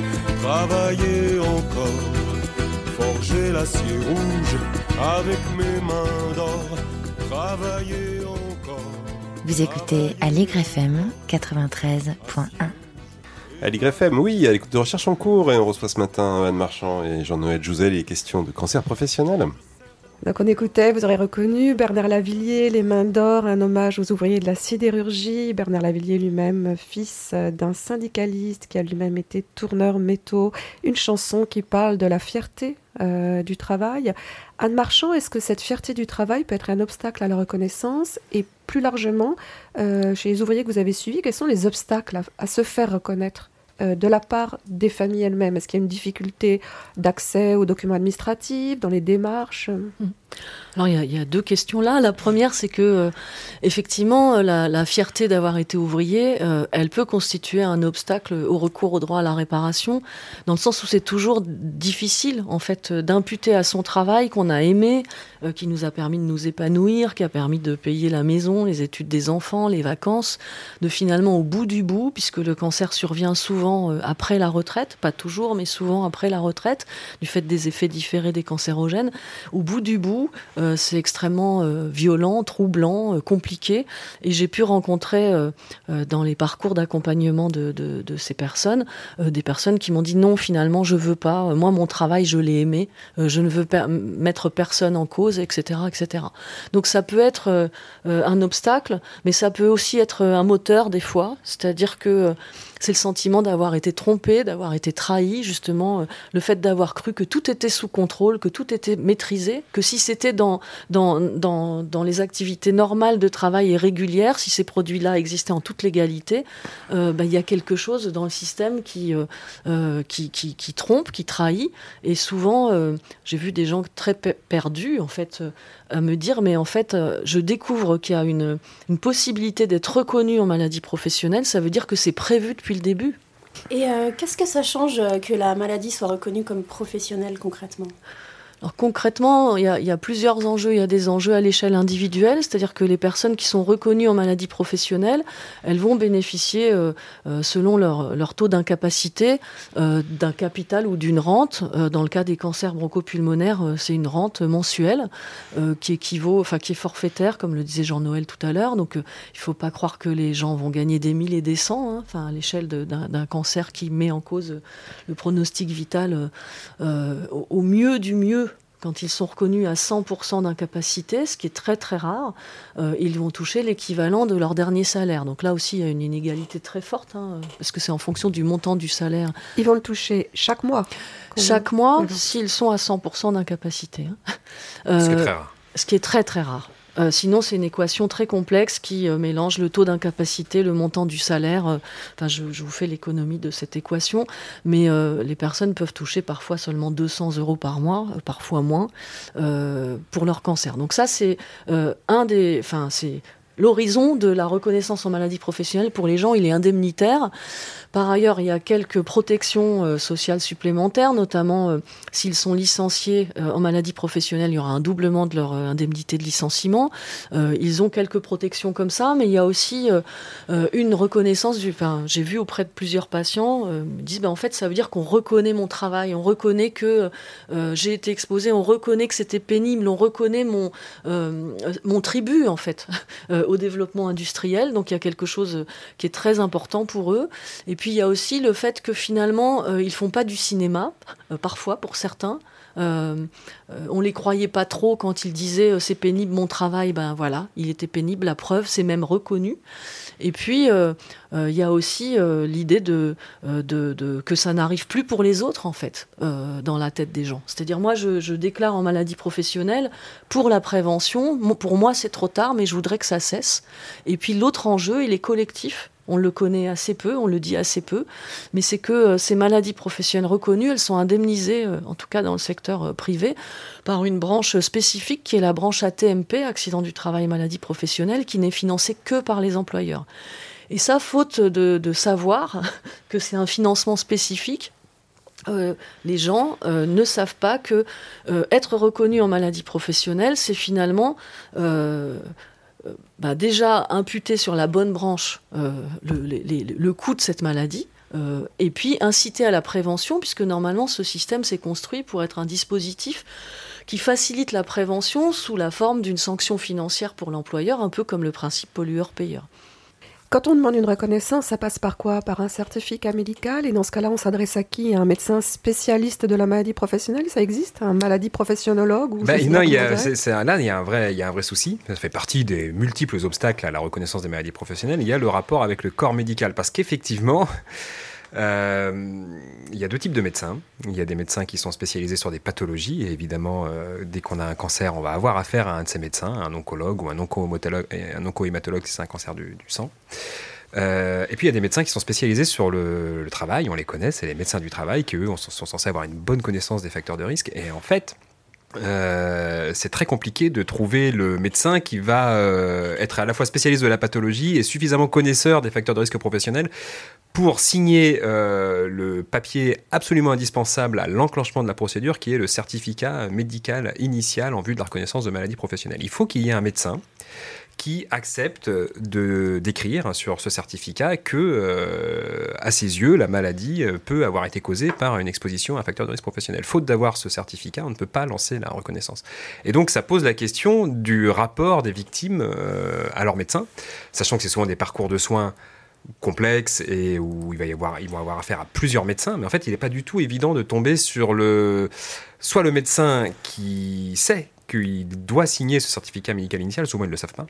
forger l'acier rouge avec mes mains d'or, travailler encore. Vous écoutez Aligre FM 93.1. Aligre FM, oui, à l'écoute de Recherche en cours, et on reçoit ce matin Anne Marchand et Jean-Noël Jouzel, les questions de cancer professionnel. Donc on écoutait, vous aurez reconnu, Bernard Lavilliers, Les Mains d'Or, un hommage aux ouvriers de la sidérurgie. Bernard Lavilliers lui-même, fils d'un syndicaliste qui a lui-même été tourneur métaux. Une chanson qui parle de la fierté du travail. Anne Marchand, est-ce que cette fierté du travail peut être un obstacle à la reconnaissance? Et plus largement, chez les ouvriers que vous avez suivis, quels sont les obstacles à se faire reconnaître de la part des familles elles-mêmes? Est-ce qu'il y a une difficulté d'accès aux documents administratifs, dans les démarches? Alors il y a deux questions là. La première, c'est que effectivement la fierté d'avoir été ouvrier, elle peut constituer un obstacle au recours au droit à la réparation, dans le sens où c'est toujours difficile en fait d'imputer à son travail qu'on a aimé, qui nous a permis de nous épanouir, qui a permis de payer la maison, les études des enfants, les vacances, de finalement au bout du bout, puisque le cancer survient souvent après la retraite, pas toujours, mais souvent après la retraite, du fait des effets différés des cancérogènes. Au bout du bout, c'est extrêmement violent, troublant, compliqué. Et j'ai pu rencontrer dans les parcours d'accompagnement de ces personnes, des personnes qui m'ont dit non, finalement, je veux pas. Moi, mon travail, je l'ai aimé. Je ne veux mettre personne en cause, etc., etc. Donc ça peut être un obstacle, mais ça peut aussi être un moteur des fois. C'est-à-dire que c'est le sentiment d'avoir été trompé, d'avoir été trahi, justement, le fait d'avoir cru que tout était sous contrôle, que tout était maîtrisé, que si c'était dans les activités normales de travail et régulières, si ces produits-là existaient en toute légalité, il y a quelque chose dans le système qui trompe, qui trahit. Et souvent, j'ai vu des gens très perdus, en fait, à me dire, mais en fait, je découvre qu'il y a une possibilité d'être reconnu en maladie professionnelle, ça veut dire que c'est prévu depuis le début. Et qu'est-ce que ça change que la maladie soit reconnue comme professionnelle concrètement ? Alors concrètement, il y a plusieurs enjeux. Il y a des enjeux à l'échelle individuelle, c'est-à-dire que les personnes qui sont reconnues en maladie professionnelle, elles vont bénéficier, selon leur taux d'incapacité, d'un capital ou d'une rente. Dans le cas des cancers bronchopulmonaires, c'est une rente mensuelle qui est forfaitaire, comme le disait Jean-Noël tout à l'heure. Donc il ne faut pas croire que les gens vont gagner des 1000 et des 100, à l'échelle d'un cancer qui met en cause le pronostic vital au mieux du mieux. Quand ils sont reconnus à 100% d'incapacité, ce qui est très très rare, ils vont toucher l'équivalent de leur dernier salaire. Donc là aussi, il y a une inégalité très forte, parce que c'est en fonction du montant du salaire. Ils vont le toucher chaque mois. Chaque mois, s'ils sont à 100% d'incapacité. Ce qui est très rare. Ce qui est très très rare. Sinon, c'est une équation très complexe qui mélange le taux d'incapacité, le montant du salaire. Je vous fais l'économie de cette équation. Mais les personnes peuvent toucher parfois seulement 200 € par mois, parfois moins, pour leur cancer. Donc ça, c'est c'est l'horizon de la reconnaissance en maladie professionnelle. Pour les gens, il est indemnitaire. Par ailleurs, il y a quelques protections sociales supplémentaires, notamment s'ils sont licenciés en maladie professionnelle, il y aura un doublement de leur indemnité de licenciement. Ils ont quelques protections comme ça, mais il y a aussi une reconnaissance j'ai vu auprès de plusieurs patients, me disent, en fait, ça veut dire qu'on reconnaît mon travail, on reconnaît que j'ai été exposé, on reconnaît que c'était pénible, on reconnaît mon tribut, en fait, au développement industriel. Donc, il y a quelque chose qui est très important pour eux. Et puis, il y a aussi le fait que finalement, ils font pas du cinéma, parfois, pour certains. On les croyait pas trop quand ils disaient c'est pénible mon travail. Voilà, il était pénible, la preuve, c'est même reconnu. Et puis, il y a aussi l'idée que ça n'arrive plus pour les autres, en fait, dans la tête des gens. C'est-à-dire, moi, je déclare en maladie professionnelle pour la prévention. Pour moi, c'est trop tard, mais je voudrais que ça cesse. Et puis, l'autre enjeu, il est collectif. On le connaît assez peu, on le dit assez peu, mais c'est que ces maladies professionnelles reconnues, elles sont indemnisées, en tout cas dans le secteur privé, par une branche spécifique qui est la branche AT-MP, accident du travail maladie professionnelle, qui n'est financée que par les employeurs. Et ça, faute de savoir que c'est un financement spécifique, les gens ne savent pas que être reconnu en maladie professionnelle, c'est finalement... déjà imputer sur la bonne branche le coût de cette maladie, et puis inciter à la prévention, puisque normalement ce système s'est construit pour être un dispositif qui facilite la prévention sous la forme d'une sanction financière pour l'employeur, un peu comme le principe pollueur-payeur. Quand on demande une reconnaissance, ça passe par quoi ? Par un certificat médical ? Et dans ce cas-là, on s'adresse à qui ? À un médecin spécialiste de la maladie professionnelle ? Ça existe ? Un maladie professionnologue ou là, il y a un vrai souci. Ça fait partie des multiples obstacles à la reconnaissance des maladies professionnelles. Il y a le rapport avec le corps médical. Parce qu'effectivement... il y a deux types de médecins. Il y a des médecins qui sont spécialisés sur des pathologies. Et évidemment, dès qu'on a un cancer, on va avoir affaire à un de ces médecins, un oncologue ou un oncohématologue si c'est un cancer du sang. Et puis il y a des médecins qui sont spécialisés sur le travail. On les connaît, c'est les médecins du travail qui, eux, sont censés avoir une bonne connaissance des facteurs de risque. Et en fait... c'est très compliqué de trouver le médecin qui va être à la fois spécialiste de la pathologie et suffisamment connaisseur des facteurs de risque professionnels pour signer le papier absolument indispensable à l'enclenchement de la procédure, qui est le certificat médical initial en vue de la reconnaissance de maladie professionnelle. Il faut qu'il y ait un médecin qui accepte de d'écrire sur ce certificat que, à ses yeux, la maladie peut avoir été causée par une exposition à un facteur de risque professionnel. Faute d'avoir ce certificat, on ne peut pas lancer la reconnaissance. Et donc, ça pose la question du rapport des victimes à leur médecin, sachant que c'est souvent des parcours de soins complexes et où ils vont avoir affaire à plusieurs médecins, mais en fait, il n'est pas du tout évident de tomber sur soit le médecin qui sait qu'il doit signer ce certificat médical initial, souvent ils ne le savent pas,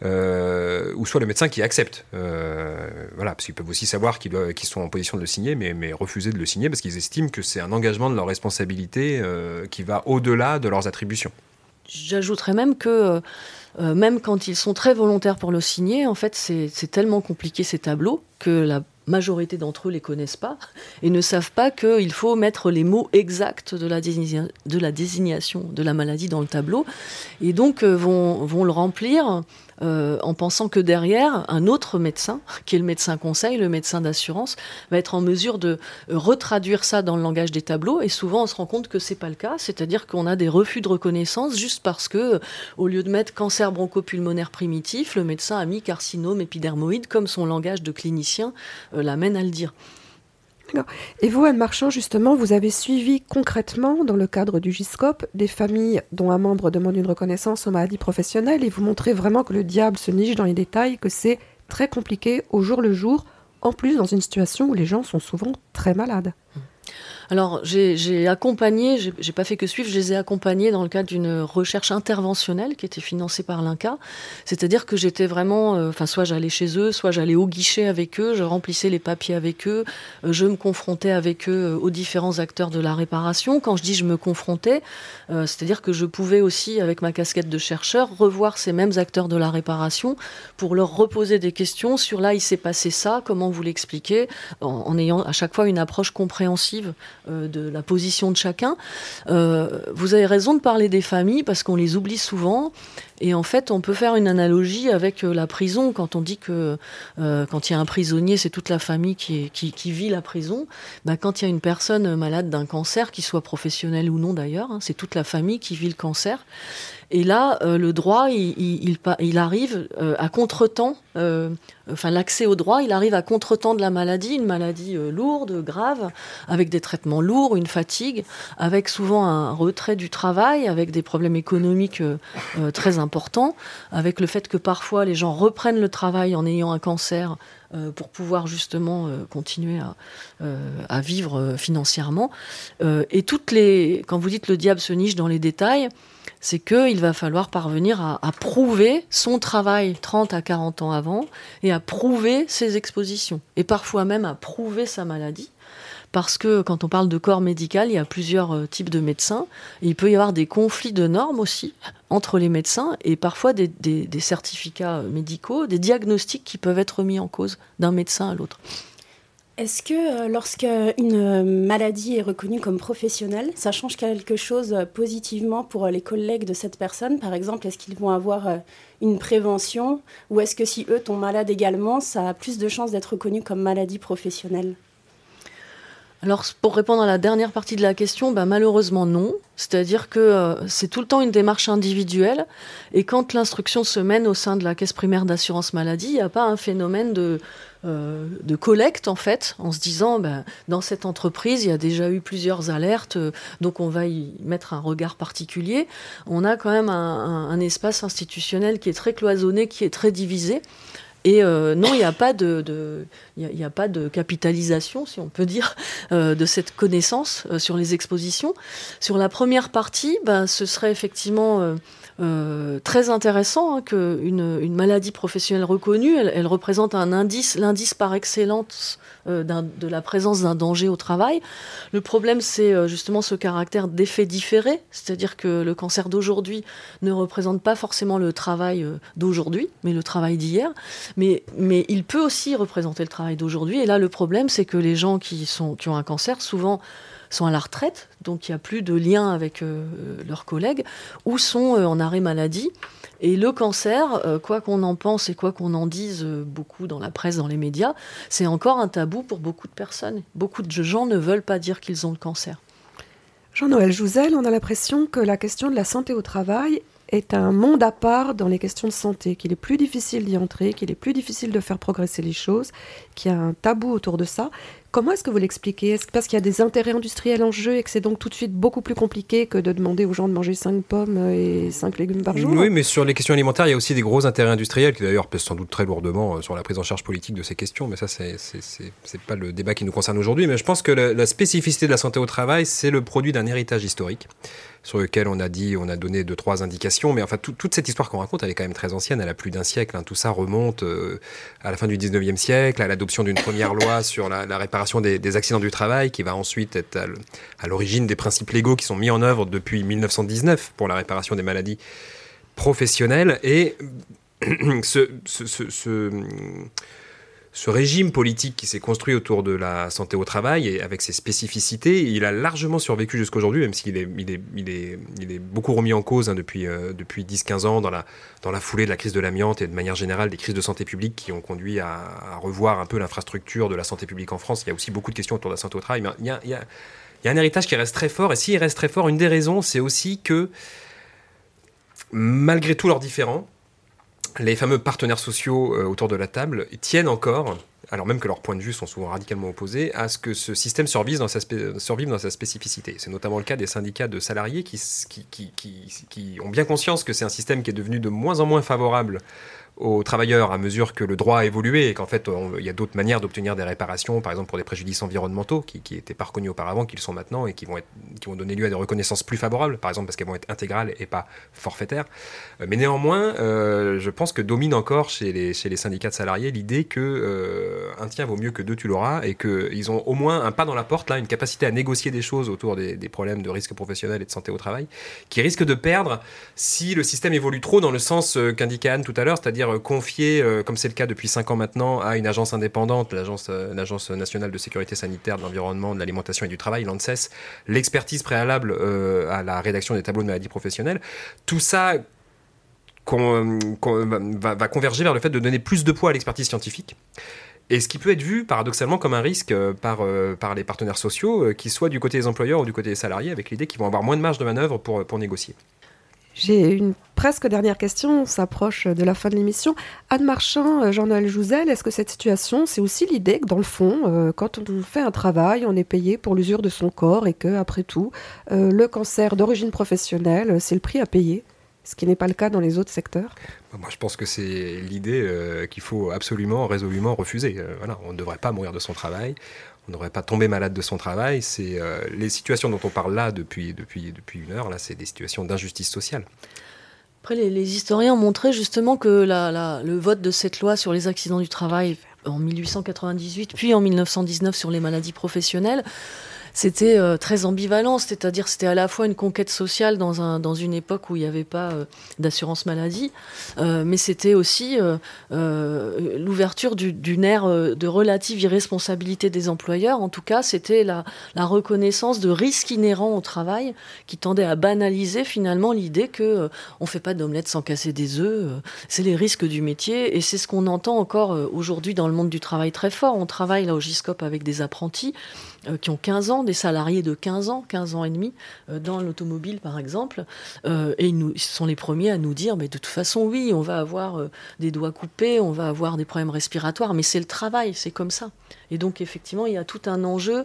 ou soit le médecin qui accepte. Voilà, parce qu'ils peuvent aussi savoir qu'ils sont en position de le signer, mais refuser de le signer parce qu'ils estiment que c'est un engagement de leur responsabilité qui va au-delà de leurs attributions. J'ajouterais même que même quand ils sont très volontaires pour le signer, en fait, c'est tellement compliqué ces tableaux que la majorité d'entre eux les connaissent pas et ne savent pas qu'il faut mettre les mots exacts de la désignation de la maladie dans le tableau, et donc vont le remplir en pensant que derrière, un autre médecin, qui est le médecin conseil, le médecin d'assurance, va être en mesure de retraduire ça dans le langage des tableaux, et souvent on se rend compte que c'est pas le cas, c'est-à-dire qu'on a des refus de reconnaissance juste parce que, au lieu de mettre cancer bronchopulmonaire primitif, le médecin a mis carcinome épidermoïde, comme son langage de clinicien l'amène à le dire. Et vous, Anne Marchand, justement, vous avez suivi concrètement, dans le cadre du GISCOP, des familles dont un membre demande une reconnaissance aux maladies professionnelles, et vous montrez vraiment que le diable se niche dans les détails, que c'est très compliqué au jour le jour, en plus dans une situation où les gens sont souvent très malades. Alors, j'ai accompagné, j'ai pas fait que suivre, je les ai accompagnés dans le cadre d'une recherche interventionnelle qui était financée par l'INCa. C'est-à-dire que j'étais vraiment, soit j'allais chez eux, soit j'allais au guichet avec eux, je remplissais les papiers avec eux, je me confrontais avec eux aux différents acteurs de la réparation. Quand je dis je me confrontais, c'est-à-dire que je pouvais aussi, avec ma casquette de chercheur, revoir ces mêmes acteurs de la réparation pour leur reposer des questions sur là, il s'est passé ça, comment vous l'expliquez, en ayant à chaque fois une approche compréhensive de la position de chacun. Vous avez raison de parler des familles parce qu'on les oublie souvent, et en fait on peut faire une analogie avec la prison quand on dit que quand il y a un prisonnier c'est toute la famille qui vit la prison. Quand il y a une personne malade d'un cancer, qu'il soit professionnel ou non d'ailleurs, c'est toute la famille qui vit le cancer. Et là, le droit, il arrive à contretemps, l'accès au droit, il arrive à contretemps de la maladie, une maladie lourde, grave, avec des traitements lourds, une fatigue, avec souvent un retrait du travail, avec des problèmes économiques très importants, avec le fait que parfois les gens reprennent le travail en ayant un cancer pour pouvoir justement continuer à vivre financièrement. Et quand vous dites le diable se niche dans les détails, c'est qu'il va falloir parvenir à prouver son travail 30 à 40 ans avant et à prouver ses expositions. Et parfois même à prouver sa maladie. Parce que quand on parle de corps médical, il y a plusieurs types de médecins. Et il peut y avoir des conflits de normes aussi entre les médecins et parfois des certificats médicaux, des diagnostics qui peuvent être mis en cause d'un médecin à l'autre. Est-ce que lorsqu'une maladie est reconnue comme professionnelle, ça change quelque chose positivement pour les collègues de cette personne ? Par exemple, est-ce qu'ils vont avoir une prévention ? Ou est-ce que si eux tombent malades également, ça a plus de chances d'être reconnu comme maladie professionnelle ? Alors, pour répondre à la dernière partie de la question, malheureusement non. C'est-à-dire que c'est tout le temps une démarche individuelle. Et quand l'instruction se mène au sein de la caisse primaire d'assurance maladie, il n'y a pas un phénomène de collecte, en fait, en se disant, dans cette entreprise, il y a déjà eu plusieurs alertes, donc on va y mettre un regard particulier. On a quand même un espace institutionnel qui est très cloisonné, qui est très divisé. Et non, il n'y a pas de capitalisation, si on peut dire, de cette connaissance sur les expositions. Sur la première partie, ce serait effectivement très intéressant qu'une maladie professionnelle reconnue, elle représente un indice, l'indice par excellence de la présence d'un danger au travail. Le problème, c'est justement ce caractère d'effet différé, c'est-à-dire que le cancer d'aujourd'hui ne représente pas forcément le travail d'aujourd'hui, mais le travail d'hier. Mais il peut aussi représenter le travail d'aujourd'hui. Et là, le problème, c'est que les gens qui ont un cancer, souvent, sont à la retraite, donc il n'y a plus de lien avec leurs collègues, ou sont en arrêt maladie. Et le cancer, quoi qu'on en pense et quoi qu'on en dise beaucoup dans la presse, dans les médias, c'est encore un tabou pour beaucoup de personnes. Beaucoup de gens ne veulent pas dire qu'ils ont le cancer. Jean-Noël Jouzel, on a l'impression que la question de la santé au travail est un monde à part dans les questions de santé, qu'il est plus difficile d'y entrer, qu'il est plus difficile de faire progresser les choses, qu'il y a un tabou autour de ça. Comment est-ce que vous l'expliquez ? Est-ce parce qu'il y a des intérêts industriels en jeu et que c'est donc tout de suite beaucoup plus compliqué que de demander aux gens de manger 5 pommes et 5 légumes par jour ? Oui, mais sur les questions alimentaires, il y a aussi des gros intérêts industriels qui d'ailleurs pèsent sans doute très lourdement sur la prise en charge politique de ces questions. Mais ça, c'est pas le débat qui nous concerne aujourd'hui. Mais je pense que la spécificité de la santé au travail, c'est le produit d'un héritage historique sur lequel on a donné 2-3 indications. Mais enfin, toute cette histoire qu'on raconte, elle est quand même très ancienne. Elle a plus d'un siècle. Tout ça remonte à la fin du 19e siècle, à l'adoption d'une première loi sur la réparation des accidents du travail, qui va ensuite être à l'origine des principes légaux qui sont mis en œuvre depuis 1919 pour la réparation des maladies professionnelles. Et ce régime politique qui s'est construit autour de la santé au travail et avec ses spécificités, il a largement survécu jusqu'à aujourd'hui, même s'il est beaucoup remis en cause depuis 10-15 ans dans la foulée de la crise de l'amiante et de manière générale des crises de santé publique qui ont conduit à revoir un peu l'infrastructure de la santé publique en France. Il y a aussi beaucoup de questions autour de la santé au travail, mais il y a un héritage qui reste très fort, et s'il reste très fort, une des raisons, c'est aussi que malgré tous leurs différends, les fameux partenaires sociaux autour de la table tiennent encore, alors même que leurs points de vue sont souvent radicalement opposés, à ce que ce système survive dans sa spécificité. C'est notamment le cas des syndicats de salariés qui ont bien conscience que c'est un système qui est devenu de moins en moins favorable aux travailleurs à mesure que le droit a évolué et qu'en fait il y a d'autres manières d'obtenir des réparations, par exemple pour des préjudices environnementaux qui n'étaient pas reconnus auparavant, qui le sont maintenant et qui vont donner lieu à des reconnaissances plus favorables, par exemple parce qu'elles vont être intégrales et pas forfaitaires. Mais néanmoins, je pense que domine encore chez les syndicats de salariés l'idée que un tien vaut mieux que deux tu l'auras, et qu'ils ont au moins un pas dans la porte, là, une capacité à négocier des choses autour des problèmes de risque professionnel et de santé au travail, qui risquent de perdre si le système évolue trop dans le sens qu'indiquait Anne tout à l'heure, c'est-à-dire confier, comme c'est le cas depuis 5 ans maintenant, à une agence indépendante, l'agence nationale de sécurité sanitaire, de l'environnement, de l'alimentation et du travail, l'ANSES, l'expertise préalable à la rédaction des tableaux de maladies professionnelles. Tout ça va converger vers le fait de donner plus de poids à l'expertise scientifique. Et ce qui peut être vu paradoxalement comme un risque par les partenaires sociaux, qu'ils soient du côté des employeurs ou du côté des salariés, avec l'idée qu'ils vont avoir moins de marge de manœuvre pour négocier. J'ai une presque dernière question, on s'approche de la fin de l'émission. Anne Marchand, Jean-Noël Jouzel, est-ce que cette situation, c'est aussi l'idée que dans le fond, quand on fait un travail, on est payé pour l'usure de son corps et que, après tout, le cancer d'origine professionnelle, c'est le prix à payer, ce qui n'est pas le cas dans les autres secteurs ? Moi, je pense que c'est l'idée qu'il faut absolument, résolument refuser. Voilà, on ne devrait pas mourir de son travail. On ne devrait pas tomber malade de son travail. C'est les situations dont on parle là depuis une heure. Là, c'est des situations d'injustice sociale. Après, les historiens ont montré justement que le vote de cette loi sur les accidents du travail en 1898, puis en 1919 sur les maladies professionnelles, c'était très ambivalent, c'est-à-dire c'était à la fois une conquête sociale dans une époque où il n'y avait pas d'assurance maladie, mais c'était aussi l'ouverture d'une ère de relative irresponsabilité des employeurs. En tout cas, c'était la reconnaissance de risques inhérents au travail qui tendait à banaliser finalement l'idée que on ne fait pas d'omelette sans casser des œufs, c'est les risques du métier, et c'est ce qu'on entend encore aujourd'hui dans le monde du travail très fort. On travaille là au GISCOP avec des apprentis qui ont 15 ans, des salariés de 15 ans et demi, dans l'automobile par exemple, et ils sont les premiers à nous dire, mais de toute façon oui, on va avoir des doigts coupés, on va avoir des problèmes respiratoires, mais c'est le travail, c'est comme ça. Et donc effectivement, il y a tout un enjeu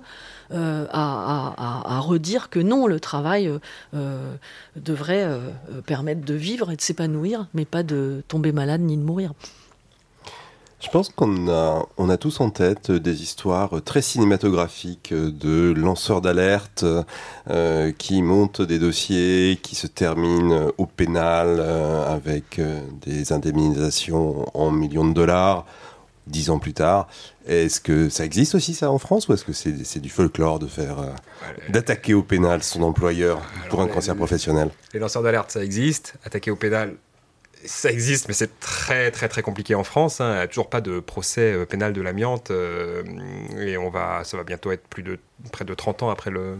à redire que non, le travail devrait permettre de vivre et de s'épanouir, mais pas de tomber malade ni de mourir. Je pense qu'on a tous en tête des histoires très cinématographiques de lanceurs d'alerte qui montent des dossiers qui se terminent au pénal avec des indemnisations en millions de dollars 10 ans plus tard. Est-ce que ça existe aussi ça en France, ou est-ce que c'est du folklore d'attaquer au pénal son employeur pour un cancer professionnel ? Les lanceurs d'alerte, ça existe. Attaquer au pénal, ça existe, mais c'est très très très compliqué en France. Il n'y a toujours pas de procès pénal de l'amiante, et ça va bientôt être près de 30 ans après le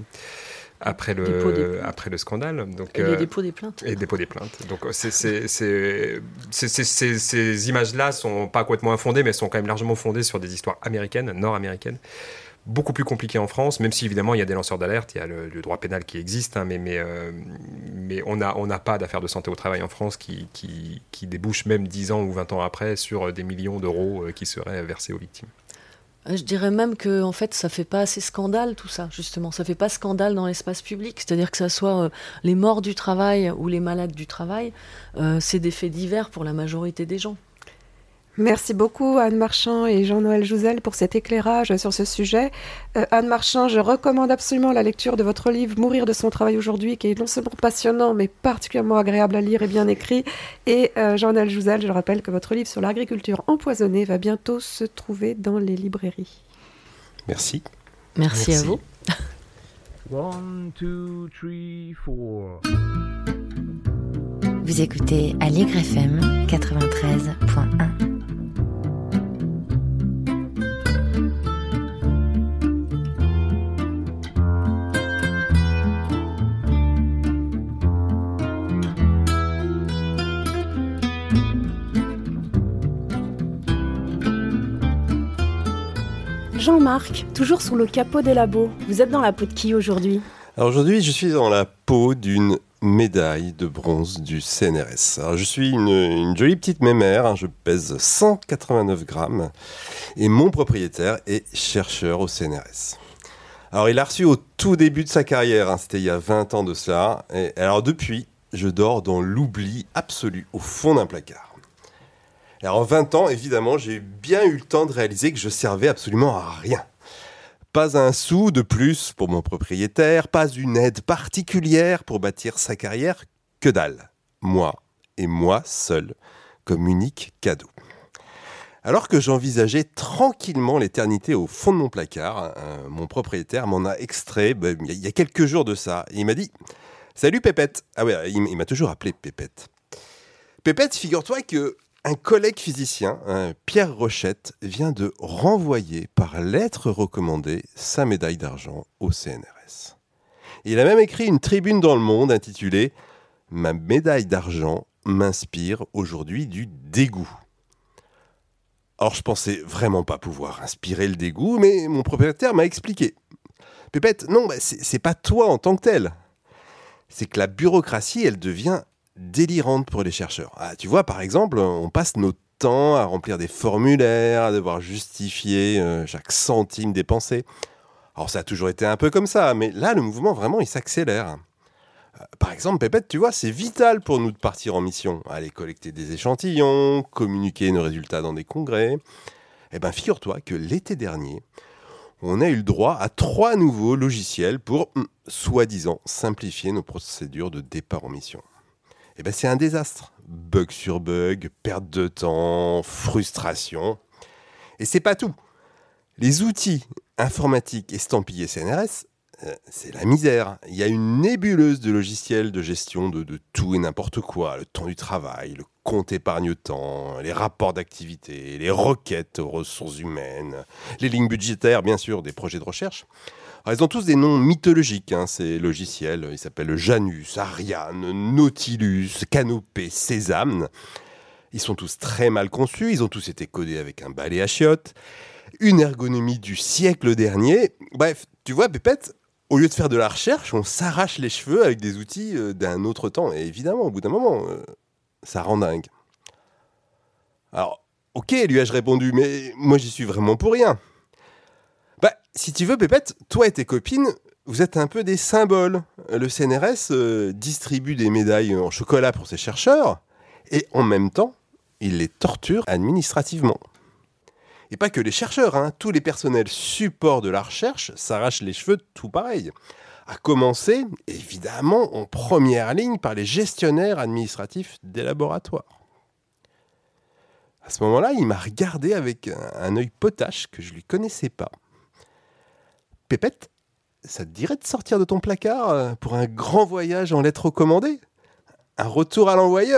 scandale. Donc, et le dépôt des plaintes. Et dépôt des plaintes. Donc ces images-là sont pas complètement infondées, mais elles sont quand même largement fondées sur des histoires américaines, nord-américaines. Beaucoup plus compliqué en France, même si évidemment il y a des lanceurs d'alerte, il y a le droit pénal qui existe, mais on n'a pas d'affaires de santé au travail en France qui débouchent même 10 ans ou 20 ans après sur des millions d'euros qui seraient versés aux victimes. Je dirais même que en fait, ça fait pas assez scandale tout ça, justement. Ça fait pas scandale dans l'espace public. C'est-à-dire que ça soit les morts du travail ou les malades du travail, c'est des faits divers pour la majorité des gens. Merci beaucoup Anne Marchand et Jean-Noël Jouzel pour cet éclairage sur ce sujet. Anne Marchand, je recommande absolument la lecture de votre livre « Mourir de son travail aujourd'hui » qui est non seulement passionnant mais particulièrement agréable à lire et bien écrit. Et Jean-Noël Jouzel, je rappelle que votre livre sur l'agriculture empoisonnée va bientôt se trouver dans les librairies. Merci. Merci à vous. 1, 2, 3, 4. Vous écoutez Allegre FM 93.1. Jean-Marc, toujours sous le capot des labos. Vous êtes dans la peau de qui aujourd'hui ? Alors aujourd'hui, je suis dans la peau d'une médaille de bronze du CNRS. Alors je suis une jolie petite mémère, hein, je pèse 189 grammes et mon propriétaire est chercheur au CNRS. Alors il l'a reçu au tout début de sa carrière, hein, c'était il y a 20 ans de cela. Et alors depuis, je dors dans l'oubli absolu, au fond d'un placard. Alors en 20 ans, évidemment, j'ai bien eu le temps de réaliser que je servais absolument à rien. Pas un sou de plus pour mon propriétaire, pas une aide particulière pour bâtir sa carrière, que dalle. Moi, et moi seul, comme unique cadeau. Alors que j'envisageais tranquillement l'éternité au fond de mon placard, mon propriétaire m'en a extrait il y a quelques jours de ça. Il m'a dit « Salut Pépette !» Ah ouais, il m'a toujours appelé Pépette. Pépette, figure-toi que un collègue physicien, Pierre Rochette, vient de renvoyer par lettre recommandée sa médaille d'argent au CNRS. Il a même écrit une tribune dans Le Monde intitulée « Ma médaille d'argent m'inspire aujourd'hui du dégoût ». Alors je pensais vraiment pas pouvoir inspirer le dégoût, mais mon propriétaire m'a expliqué. « Pépette, non, c'est pas toi en tant que tel. C'est que la bureaucratie, elle devient délirante pour les chercheurs. Ah, tu vois, par exemple, on passe notre temps à remplir des formulaires, à devoir justifier chaque centime dépensé. Alors ça a toujours été un peu comme ça, mais là, le mouvement, vraiment, il s'accélère. Par exemple, Pépette, tu vois, c'est vital pour nous de partir en mission. Aller collecter des échantillons, communiquer nos résultats dans des congrès. Eh bien, figure-toi que l'été dernier, on a eu le droit à 3 nouveaux logiciels pour, soi-disant, simplifier nos procédures de départ en mission. Eh bien, c'est un désastre. Bug sur bug, perte de temps, frustration. Et c'est pas tout. Les outils informatiques estampillés CNRS, c'est la misère. Il y a une nébuleuse de logiciels de gestion de tout et n'importe quoi. Le temps du travail, le compte épargne-temps, les rapports d'activité, les requêtes aux ressources humaines, les lignes budgétaires, bien sûr, des projets de recherche. Alors, ils ont tous des noms mythologiques, hein, ces logiciels. Ils s'appellent Janus, Ariane, Nautilus, Canopée, Sésame. Ils sont tous très mal conçus. Ils ont tous été codés avec un balai à chiottes. Une ergonomie du siècle dernier. Bref, tu vois, Pépette, au lieu de faire de la recherche, on s'arrache les cheveux avec des outils d'un autre temps. Et évidemment, au bout d'un moment, ça rend dingue. Alors, ok, lui ai-je répondu, mais moi, j'y suis vraiment pour rien. Si tu veux, Pépette, toi et tes copines, vous êtes un peu des symboles. Le CNRS distribue des médailles en chocolat pour ses chercheurs, et en même temps, il les torture administrativement. Et pas que les chercheurs, hein, tous les personnels support de la recherche s'arrachent les cheveux tout pareil. À commencer, évidemment, en première ligne par les gestionnaires administratifs des laboratoires. À ce moment-là, il m'a regardé avec un œil potache que je lui connaissais pas. Pépette, ça te dirait de sortir de ton placard pour un grand voyage en lettres recommandées ? Un retour à l'envoyeur ?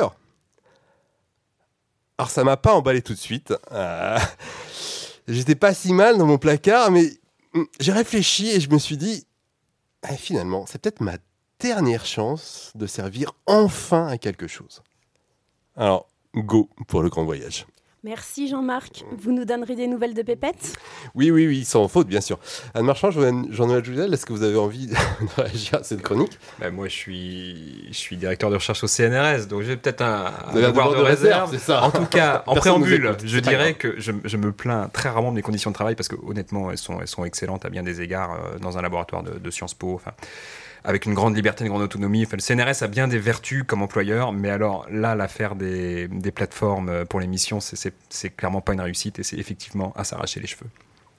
Alors ça m'a pas emballé tout de suite. J'étais pas si mal dans mon placard, mais j'ai réfléchi et je me suis dit, finalement, c'est peut-être ma dernière chance de servir enfin à quelque chose. Alors, go pour le grand voyage. Merci Jean-Marc. Vous nous donnerez des nouvelles de Pépette ? Oui, sans faute, bien sûr. Anne Marchand, Jean-Noël Jouzel, est-ce que vous avez envie de réagir à cette chronique ? Moi, je suis directeur de recherche au CNRS, donc j'ai peut-être un devoir de réserve, c'est ça. En tout cas, en préambule, je dirais que je me plains très rarement de mes conditions de travail parce que honnêtement, elles sont excellentes à bien des égards dans un laboratoire de Sciences Po. Avec une grande liberté, une grande autonomie. Le CNRS a bien des vertus comme employeur, mais alors là, l'affaire des plateformes pour les missions, c'est clairement pas une réussite et c'est effectivement à s'arracher les cheveux.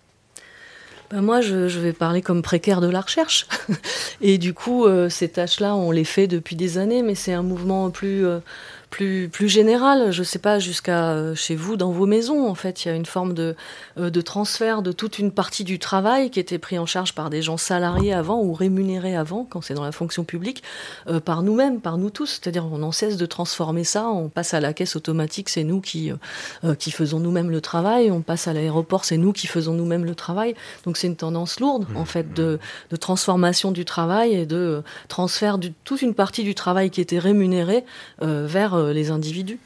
Moi, je vais parler comme précaire de la recherche. Et du coup, ces tâches-là, on les fait depuis des années, mais c'est un mouvement plus général. Je ne sais pas, jusqu'à chez vous, dans vos maisons, en fait, il y a une forme de transfert de toute une partie du travail qui était pris en charge par des gens salariés avant ou rémunérés avant, quand c'est dans la fonction publique, par nous-mêmes, par nous tous. C'est-à-dire on n'en cesse de transformer ça, on passe à la caisse automatique, c'est nous qui faisons nous-mêmes le travail, on passe à l'aéroport, c'est nous qui faisons nous-mêmes le travail. Donc c'est une tendance lourde, en fait, de transformation du travail et de transfert de toute une partie du travail qui était rémunéré vers les individus.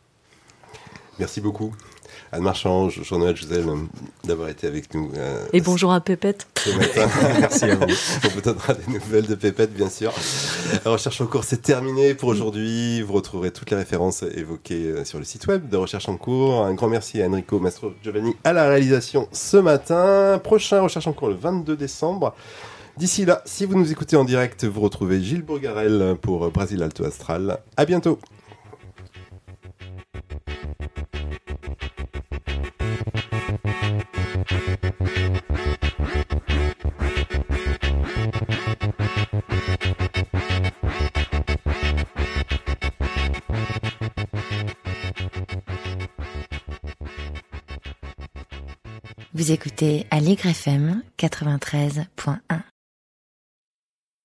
Merci beaucoup. Anne Marchand, Jean-Noël Jouzel, d'avoir été avec nous. Et bonjour à Pépette. Ce matin. Merci à vous. On vous donnera des nouvelles de Pépette, bien sûr. La Recherche en cours, c'est terminé pour aujourd'hui. Vous retrouverez toutes les références évoquées sur le site web de Recherche en cours. Un grand merci à Enrico Mastrogiovanni à la réalisation ce matin. Prochain Recherche en cours le 22 décembre. D'ici là, si vous nous écoutez en direct, vous retrouvez Gilles Bourgarel pour Brasil Alto Astral. À bientôt. Vous écoutez Allegre FM 93.1.